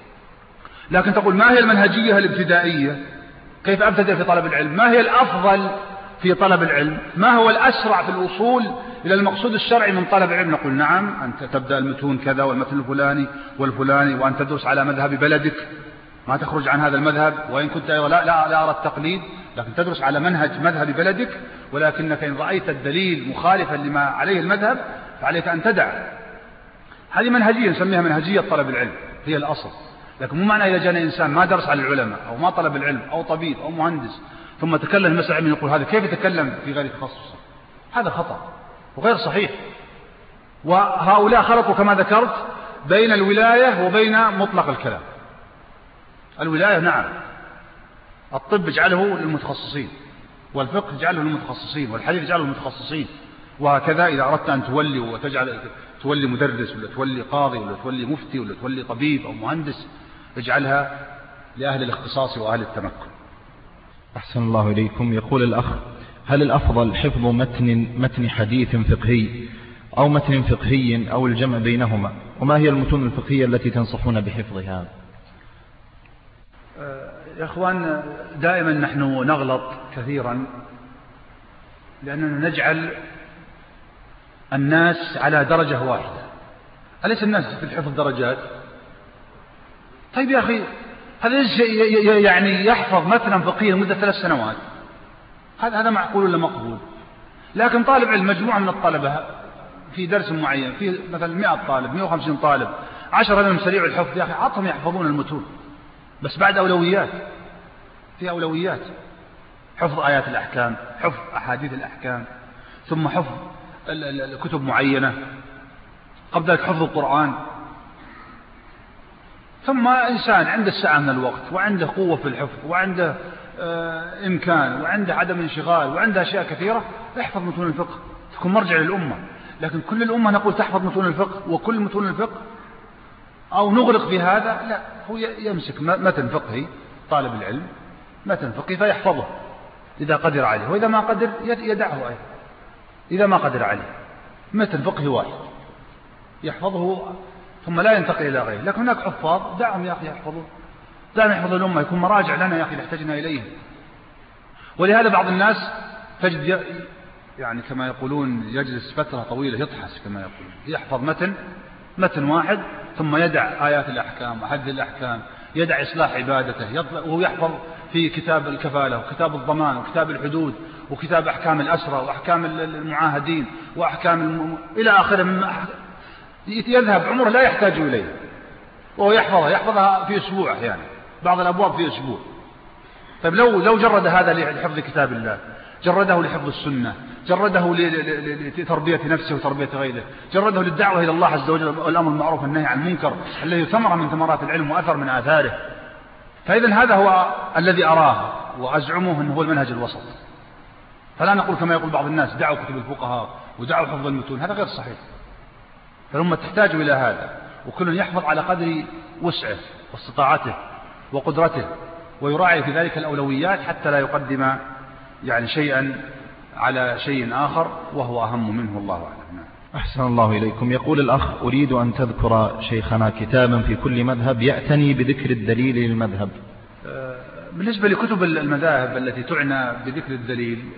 لكن تقول ما هي المنهجية الابتدائية؟ كيف أبتدئ في طلب العلم؟ ما هي الأفضل في طلب العلم؟ ما هو الأسرع في الوصول إلى المقصود الشرعي من طلب العلم؟ نقول نعم، أنت تبدأ المتون كذا والمتن الفلاني والفلاني، وأن تدرس على مذهب بلدك، ما تخرج عن هذا المذهب، وإن كنت لا, لا, لا أرى التقليد، لكن تدرس على منهج مذهب بلدك، ولكنك إن رأيت الدليل مخالفا لما عليه المذهب فعليك أن تدع. هذه منهجية نسميها منهجية طلب العلم، هي الأصل. لكن مو معنى إذا جاءنا إنسان ما درس على العلماء أو ما طلب العلم أو طبيب أو مهندس ثم تكلم مسألة علمية يقول هذا كيف يتكلم في غير تخصصه؟ هذا خطأ وغير صحيح. وهؤلاء خلطوا كما ذكرت بين الولاية وبين مطلق الكلام. الولاية نعم، الطب اجعله للمتخصصين، والفقه اجعله للمتخصصين، والحديث اجعله للمتخصصين، وهكذا إذا أردت أن تولي وتجعل تولي مدرس ولا تولي قاضي ولا تولي مفتي ولا تولي طبيب أو مهندس اجعلها لأهل الاختصاص وأهل التمكن. أحسن الله إليكم. يقول الأخ: هل الأفضل حفظ متن متن حديث فقهي أو متن فقهي أو الجمع بينهما؟ وما هي المتون الفقهية التي تنصحون بحفظها؟ يا أخوان، دائما نحن نغلط كثيرا لأننا نجعل الناس على درجة واحدة. أليس الناس في الحفظ درجات؟ طيب يا أخي، هذا يعني يحفظ مثلا فقهيا مدة ثلاث سنوات، هذا هذا معقول ولا مقبول؟ لكن طالب علم، مجموعة من الطلبة في درس معين، في مثلا مئة طالب، مئة وخمسين طالب، عشرة منهم سريع الحفظ، يا أخي عطهم يحفظون المتون، بس بعد أولويات، في أولويات، حفظ آيات الأحكام، حفظ أحاديث الأحكام، ثم حفظ الكتب معينة، قبل ذلك حفظ القرآن. ثم إنسان عنده السعة من الوقت وعنده قوة في الحفظ وعنده آه إمكان وعنده عدم انشغال وعنده أشياء كثيرة، يحفظ متون الفقه، تكون مرجع للأمة. لكن كل الأمة نقول تحفظ متون الفقه وكل متون الفقه، أو نغرق في هذا؟ لا، هو يمسك متن فقهي، طالب العلم متن فقهي فيحفظه إذا قدر عليه، وإذا ما قدر يدعه أيضا إذا ما قدر عليه. متن فقهي واحد يحفظه ثم لا ينتقل إلى غيره. لكن هناك حفاظ دعهم يا أخي يحفظون، دعهم يحفظوا الأمة، يكون مراجع لنا يا أخي احتجنا إليه. ولهذا بعض الناس تجد يعني كما يقولون يجلس فترة طويلة يطحس كما يقولون، يحفظ متن متن واحد ثم يدع آيات الأحكام وحد الأحكام، يدع إصلاح عبادته، وهو يحفظ في كتاب الكفالة وكتاب الضمان وكتاب الحدود وكتاب أحكام الأسرى وأحكام المعاهدين وأحكام الم... إلى آخره، يذهب عمره لا يحتاج إليه وهو يحفظها يحفظها في أسبوع، يعني بعض الأبواب في أسبوع. طيب لو لو جرد هذا لحفظ كتاب الله، جرده لحفظ السنة، جرده لتربية نفسه وتربية غيره، جرده للدعوة إلى الله عز وجل والأمر بالمعروف والنهي عن المنكر الذي ثمرة من ثمرات العلم وأثر من آثاره. فإذا هذا هو الذي أراه وأزعمه أنه هو المنهج الوسط. فلا نقول كما يقول بعض الناس دعوا كتب الفقهاء ودعوا حفظ المتون، هذا غير صحيح. فالأمة تحتاج إلى هذا، وكل يحفظ على قدر وسعه واستطاعته وقدرته، ويراعي في ذلك الأولويات حتى لا يقدم يعني شيئا على شيء آخر وهو أهم منه، الله أعلم. أحسن الله إليكم. يقول الأخ: أريد أن تذكر شيخنا كتابا في كل مذهب يأتني بذكر الدليل للمذهب. بالنسبة لكتب المذاهب التي تعنى بذكر الدليل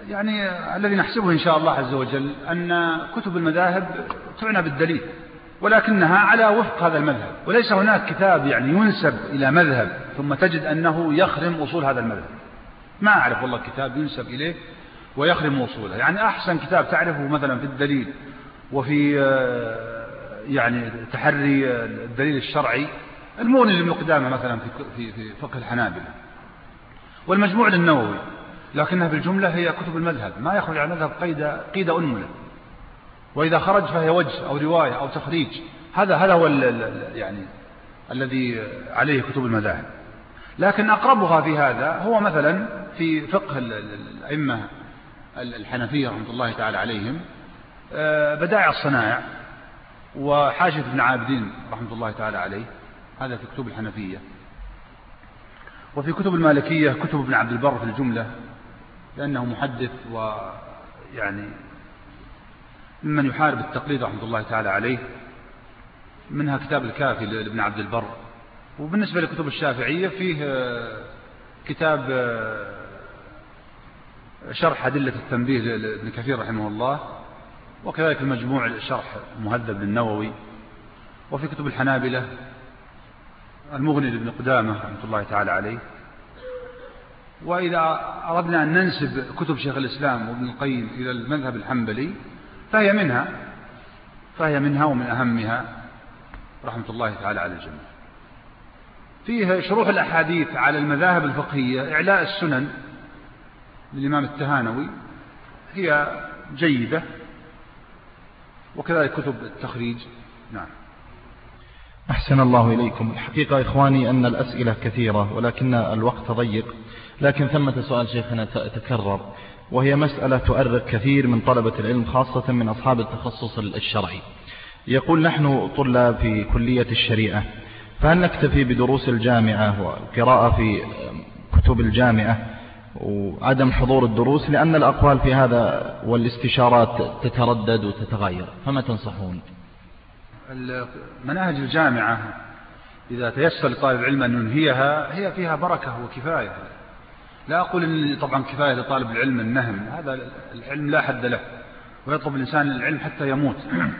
يعني الذي نحسبه إن شاء الله عز وجل أن كتب المذاهب تعنى بالدليل، ولكنها على وفق هذا المذهب، وليس هناك كتاب يعني ينسب إلى مذهب ثم تجد أنه يخرم أصول هذا المذهب. ما أعرف والله كتاب ينسب إليه ويخرم أصوله. يعني أحسن كتاب تعرفه مثلا في الدليل وفي يعني تحري الدليل الشرعي المغني لابن قدامة مثلا في في فقه الحنابلة، والمجموع للنووي، لكنها بالجملة هي كتب المذهب، ما يخرج عن المذهب قيد قيد أنملة، وإذا خرج فهي وجه أو رواية أو تخريج. هذا هذا هو يعني الذي عليه كتب المذاهب. لكن أقربها في هذا هو مثلا في فقه الأئمة الحنفية رحمة الله تعالى عليهم بدائع الصنائع وحاشية ابن عابدين رحمة الله تعالى عليه، هذا في كتب الحنفية. وفي كتب المالكية كتب ابن عبد البر في الجملة، لأنه محدث ويعني ممن يحارب التقليد رحمة الله تعالى عليه، منها كتاب الكافي لابن عبد البر. وبالنسبة لكتب الشافعية فيه كتاب شرح أدلة التنبيه لابن كثير رحمه الله، وكذلك المجموع شرح مهذب للنووي. وفي كتب الحنابلة المغني لابن قدامة رحمة الله تعالى عليه. وإذا أردنا أن ننسب كتب شيخ الإسلام وابن القيم إلى المذهب الحنبلي فهي منها فهي منها ومن أهمها رحمة الله تعالى على الجميع. فيه شروح الأحاديث على المذاهب الفقهية، إعلاء السنن للإمام التهانوي هي جيدة، وكذلك كتب التخريج. نعم. أحسن الله إليكم. الحقيقة إخواني أن الأسئلة كثيرة ولكن الوقت ضيق، لكن ثمة سؤال شيخنا تكرر، وهي مسألة تؤرق كثير من طلبة العلم خاصة من أصحاب التخصص الشرعي. يقول: نحن طلاب في كلية الشريعة، فهل نكتفي بدروس الجامعة والقراءة في كتب الجامعة وعدم حضور الدروس؟ لأن الأقوال في هذا والاستشارات تتردد وتتغير، فما تنصحون؟ مناهج الجامعة إذا تيسر لطالب العلم أن ينهيها هي فيها بركة وكفاية. لا أقول أن طبعا كفاية لطالب العلم النهم، هذا العلم لا حد له، ويطلب الإنسان العلم حتى يموت.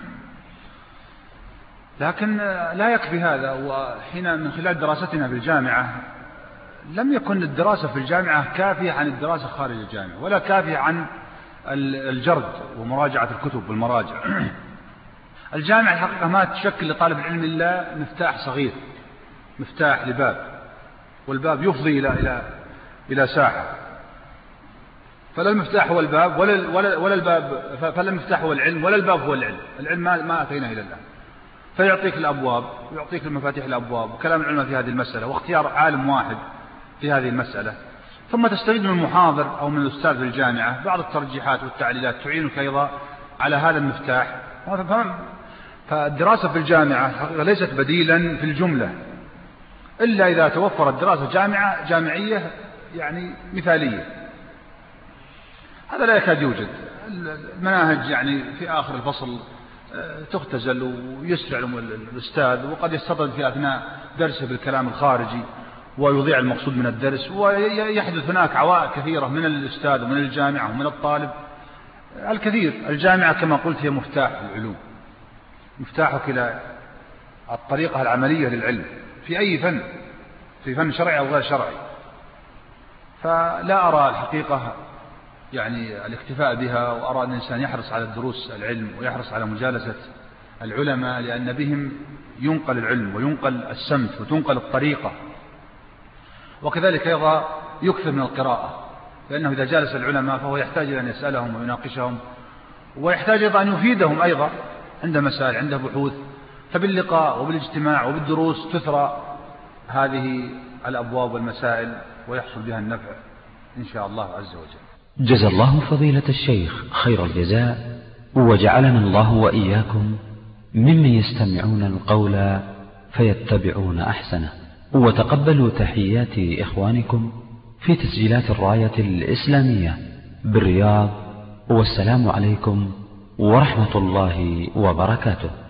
لكن لا يكفي هذا. وحين من خلال دراستنا في الجامعة لم يكن الدراسة في الجامعة كافية عن الدراسة خارج الجامعة، ولا كافية عن الجرد ومراجعة الكتب والمراجع. الجامعة الحقيقة ما تشكل لطالب العلم إلا مفتاح صغير، مفتاح لباب، والباب يفضي إلى إلى إلى ساحة. فلا المفتاح هو الباب ولا ولا ولا الباب، فلا المفتاح هو العلم ولا الباب هو العلم. العلم ما ما أتينا إلى الآن. فيعطيك الأبواب ويعطيك المفاتيح الأبواب وكلام العلماء في هذه المسألة واختيار عالم واحد في هذه المسألة، ثم تستفيد من المحاضر أو من الأستاذ في الجامعة بعض الترجيحات والتعليلات تعينك أيضا على هذا المفتاح. فالدراسة في الجامعة ليست بديلا في الجملة إلا إذا توفرت دراسة جامعة جامعية يعني مثالية. هذا لا يكاد يوجد. المناهج يعني في آخر الفصل تختزل ويسرع الأستاذ، وقد يستطرد في أثناء درسه بالكلام الخارجي ويضيع المقصود من الدرس، ويحدث هناك عوائق كثيرة من الأستاذ ومن الجامعة ومن الطالب الكثير. الجامعة كما قلت هي مفتاح العلوم، مفتاحك إلى الطريقة العملية للعلم في أي فن، في فن شرعي أو غير شرعي. فلا أرى الحقيقة يعني الاكتفاء بها، وأرى أن الإنسان يحرص على الدروس العلم ويحرص على مجالسة العلماء، لأن بهم ينقل العلم وينقل السمت وتنقل الطريقة. وكذلك أيضا يكثر من القراءة، لأنه إذا جالس العلماء فهو يحتاج إلى أن يسألهم ويناقشهم، ويحتاج أيضا أن يفيدهم أيضا عند مسائل، عنده بحوث. فباللقاء وبالاجتماع وبالدروس تثرى هذه الأبواب والمسائل ويحصل بها النفع إن شاء الله عز وجل. جزا الله فضيلة الشيخ خير الجزاء، وجعلنا الله وإياكم ممن يستمعون القول فيتبعون أحسنه. وتقبلوا تحيات إخوانكم في تسجيلات الراية الإسلامية بالرياض، والسلام عليكم ورحمة الله وبركاته.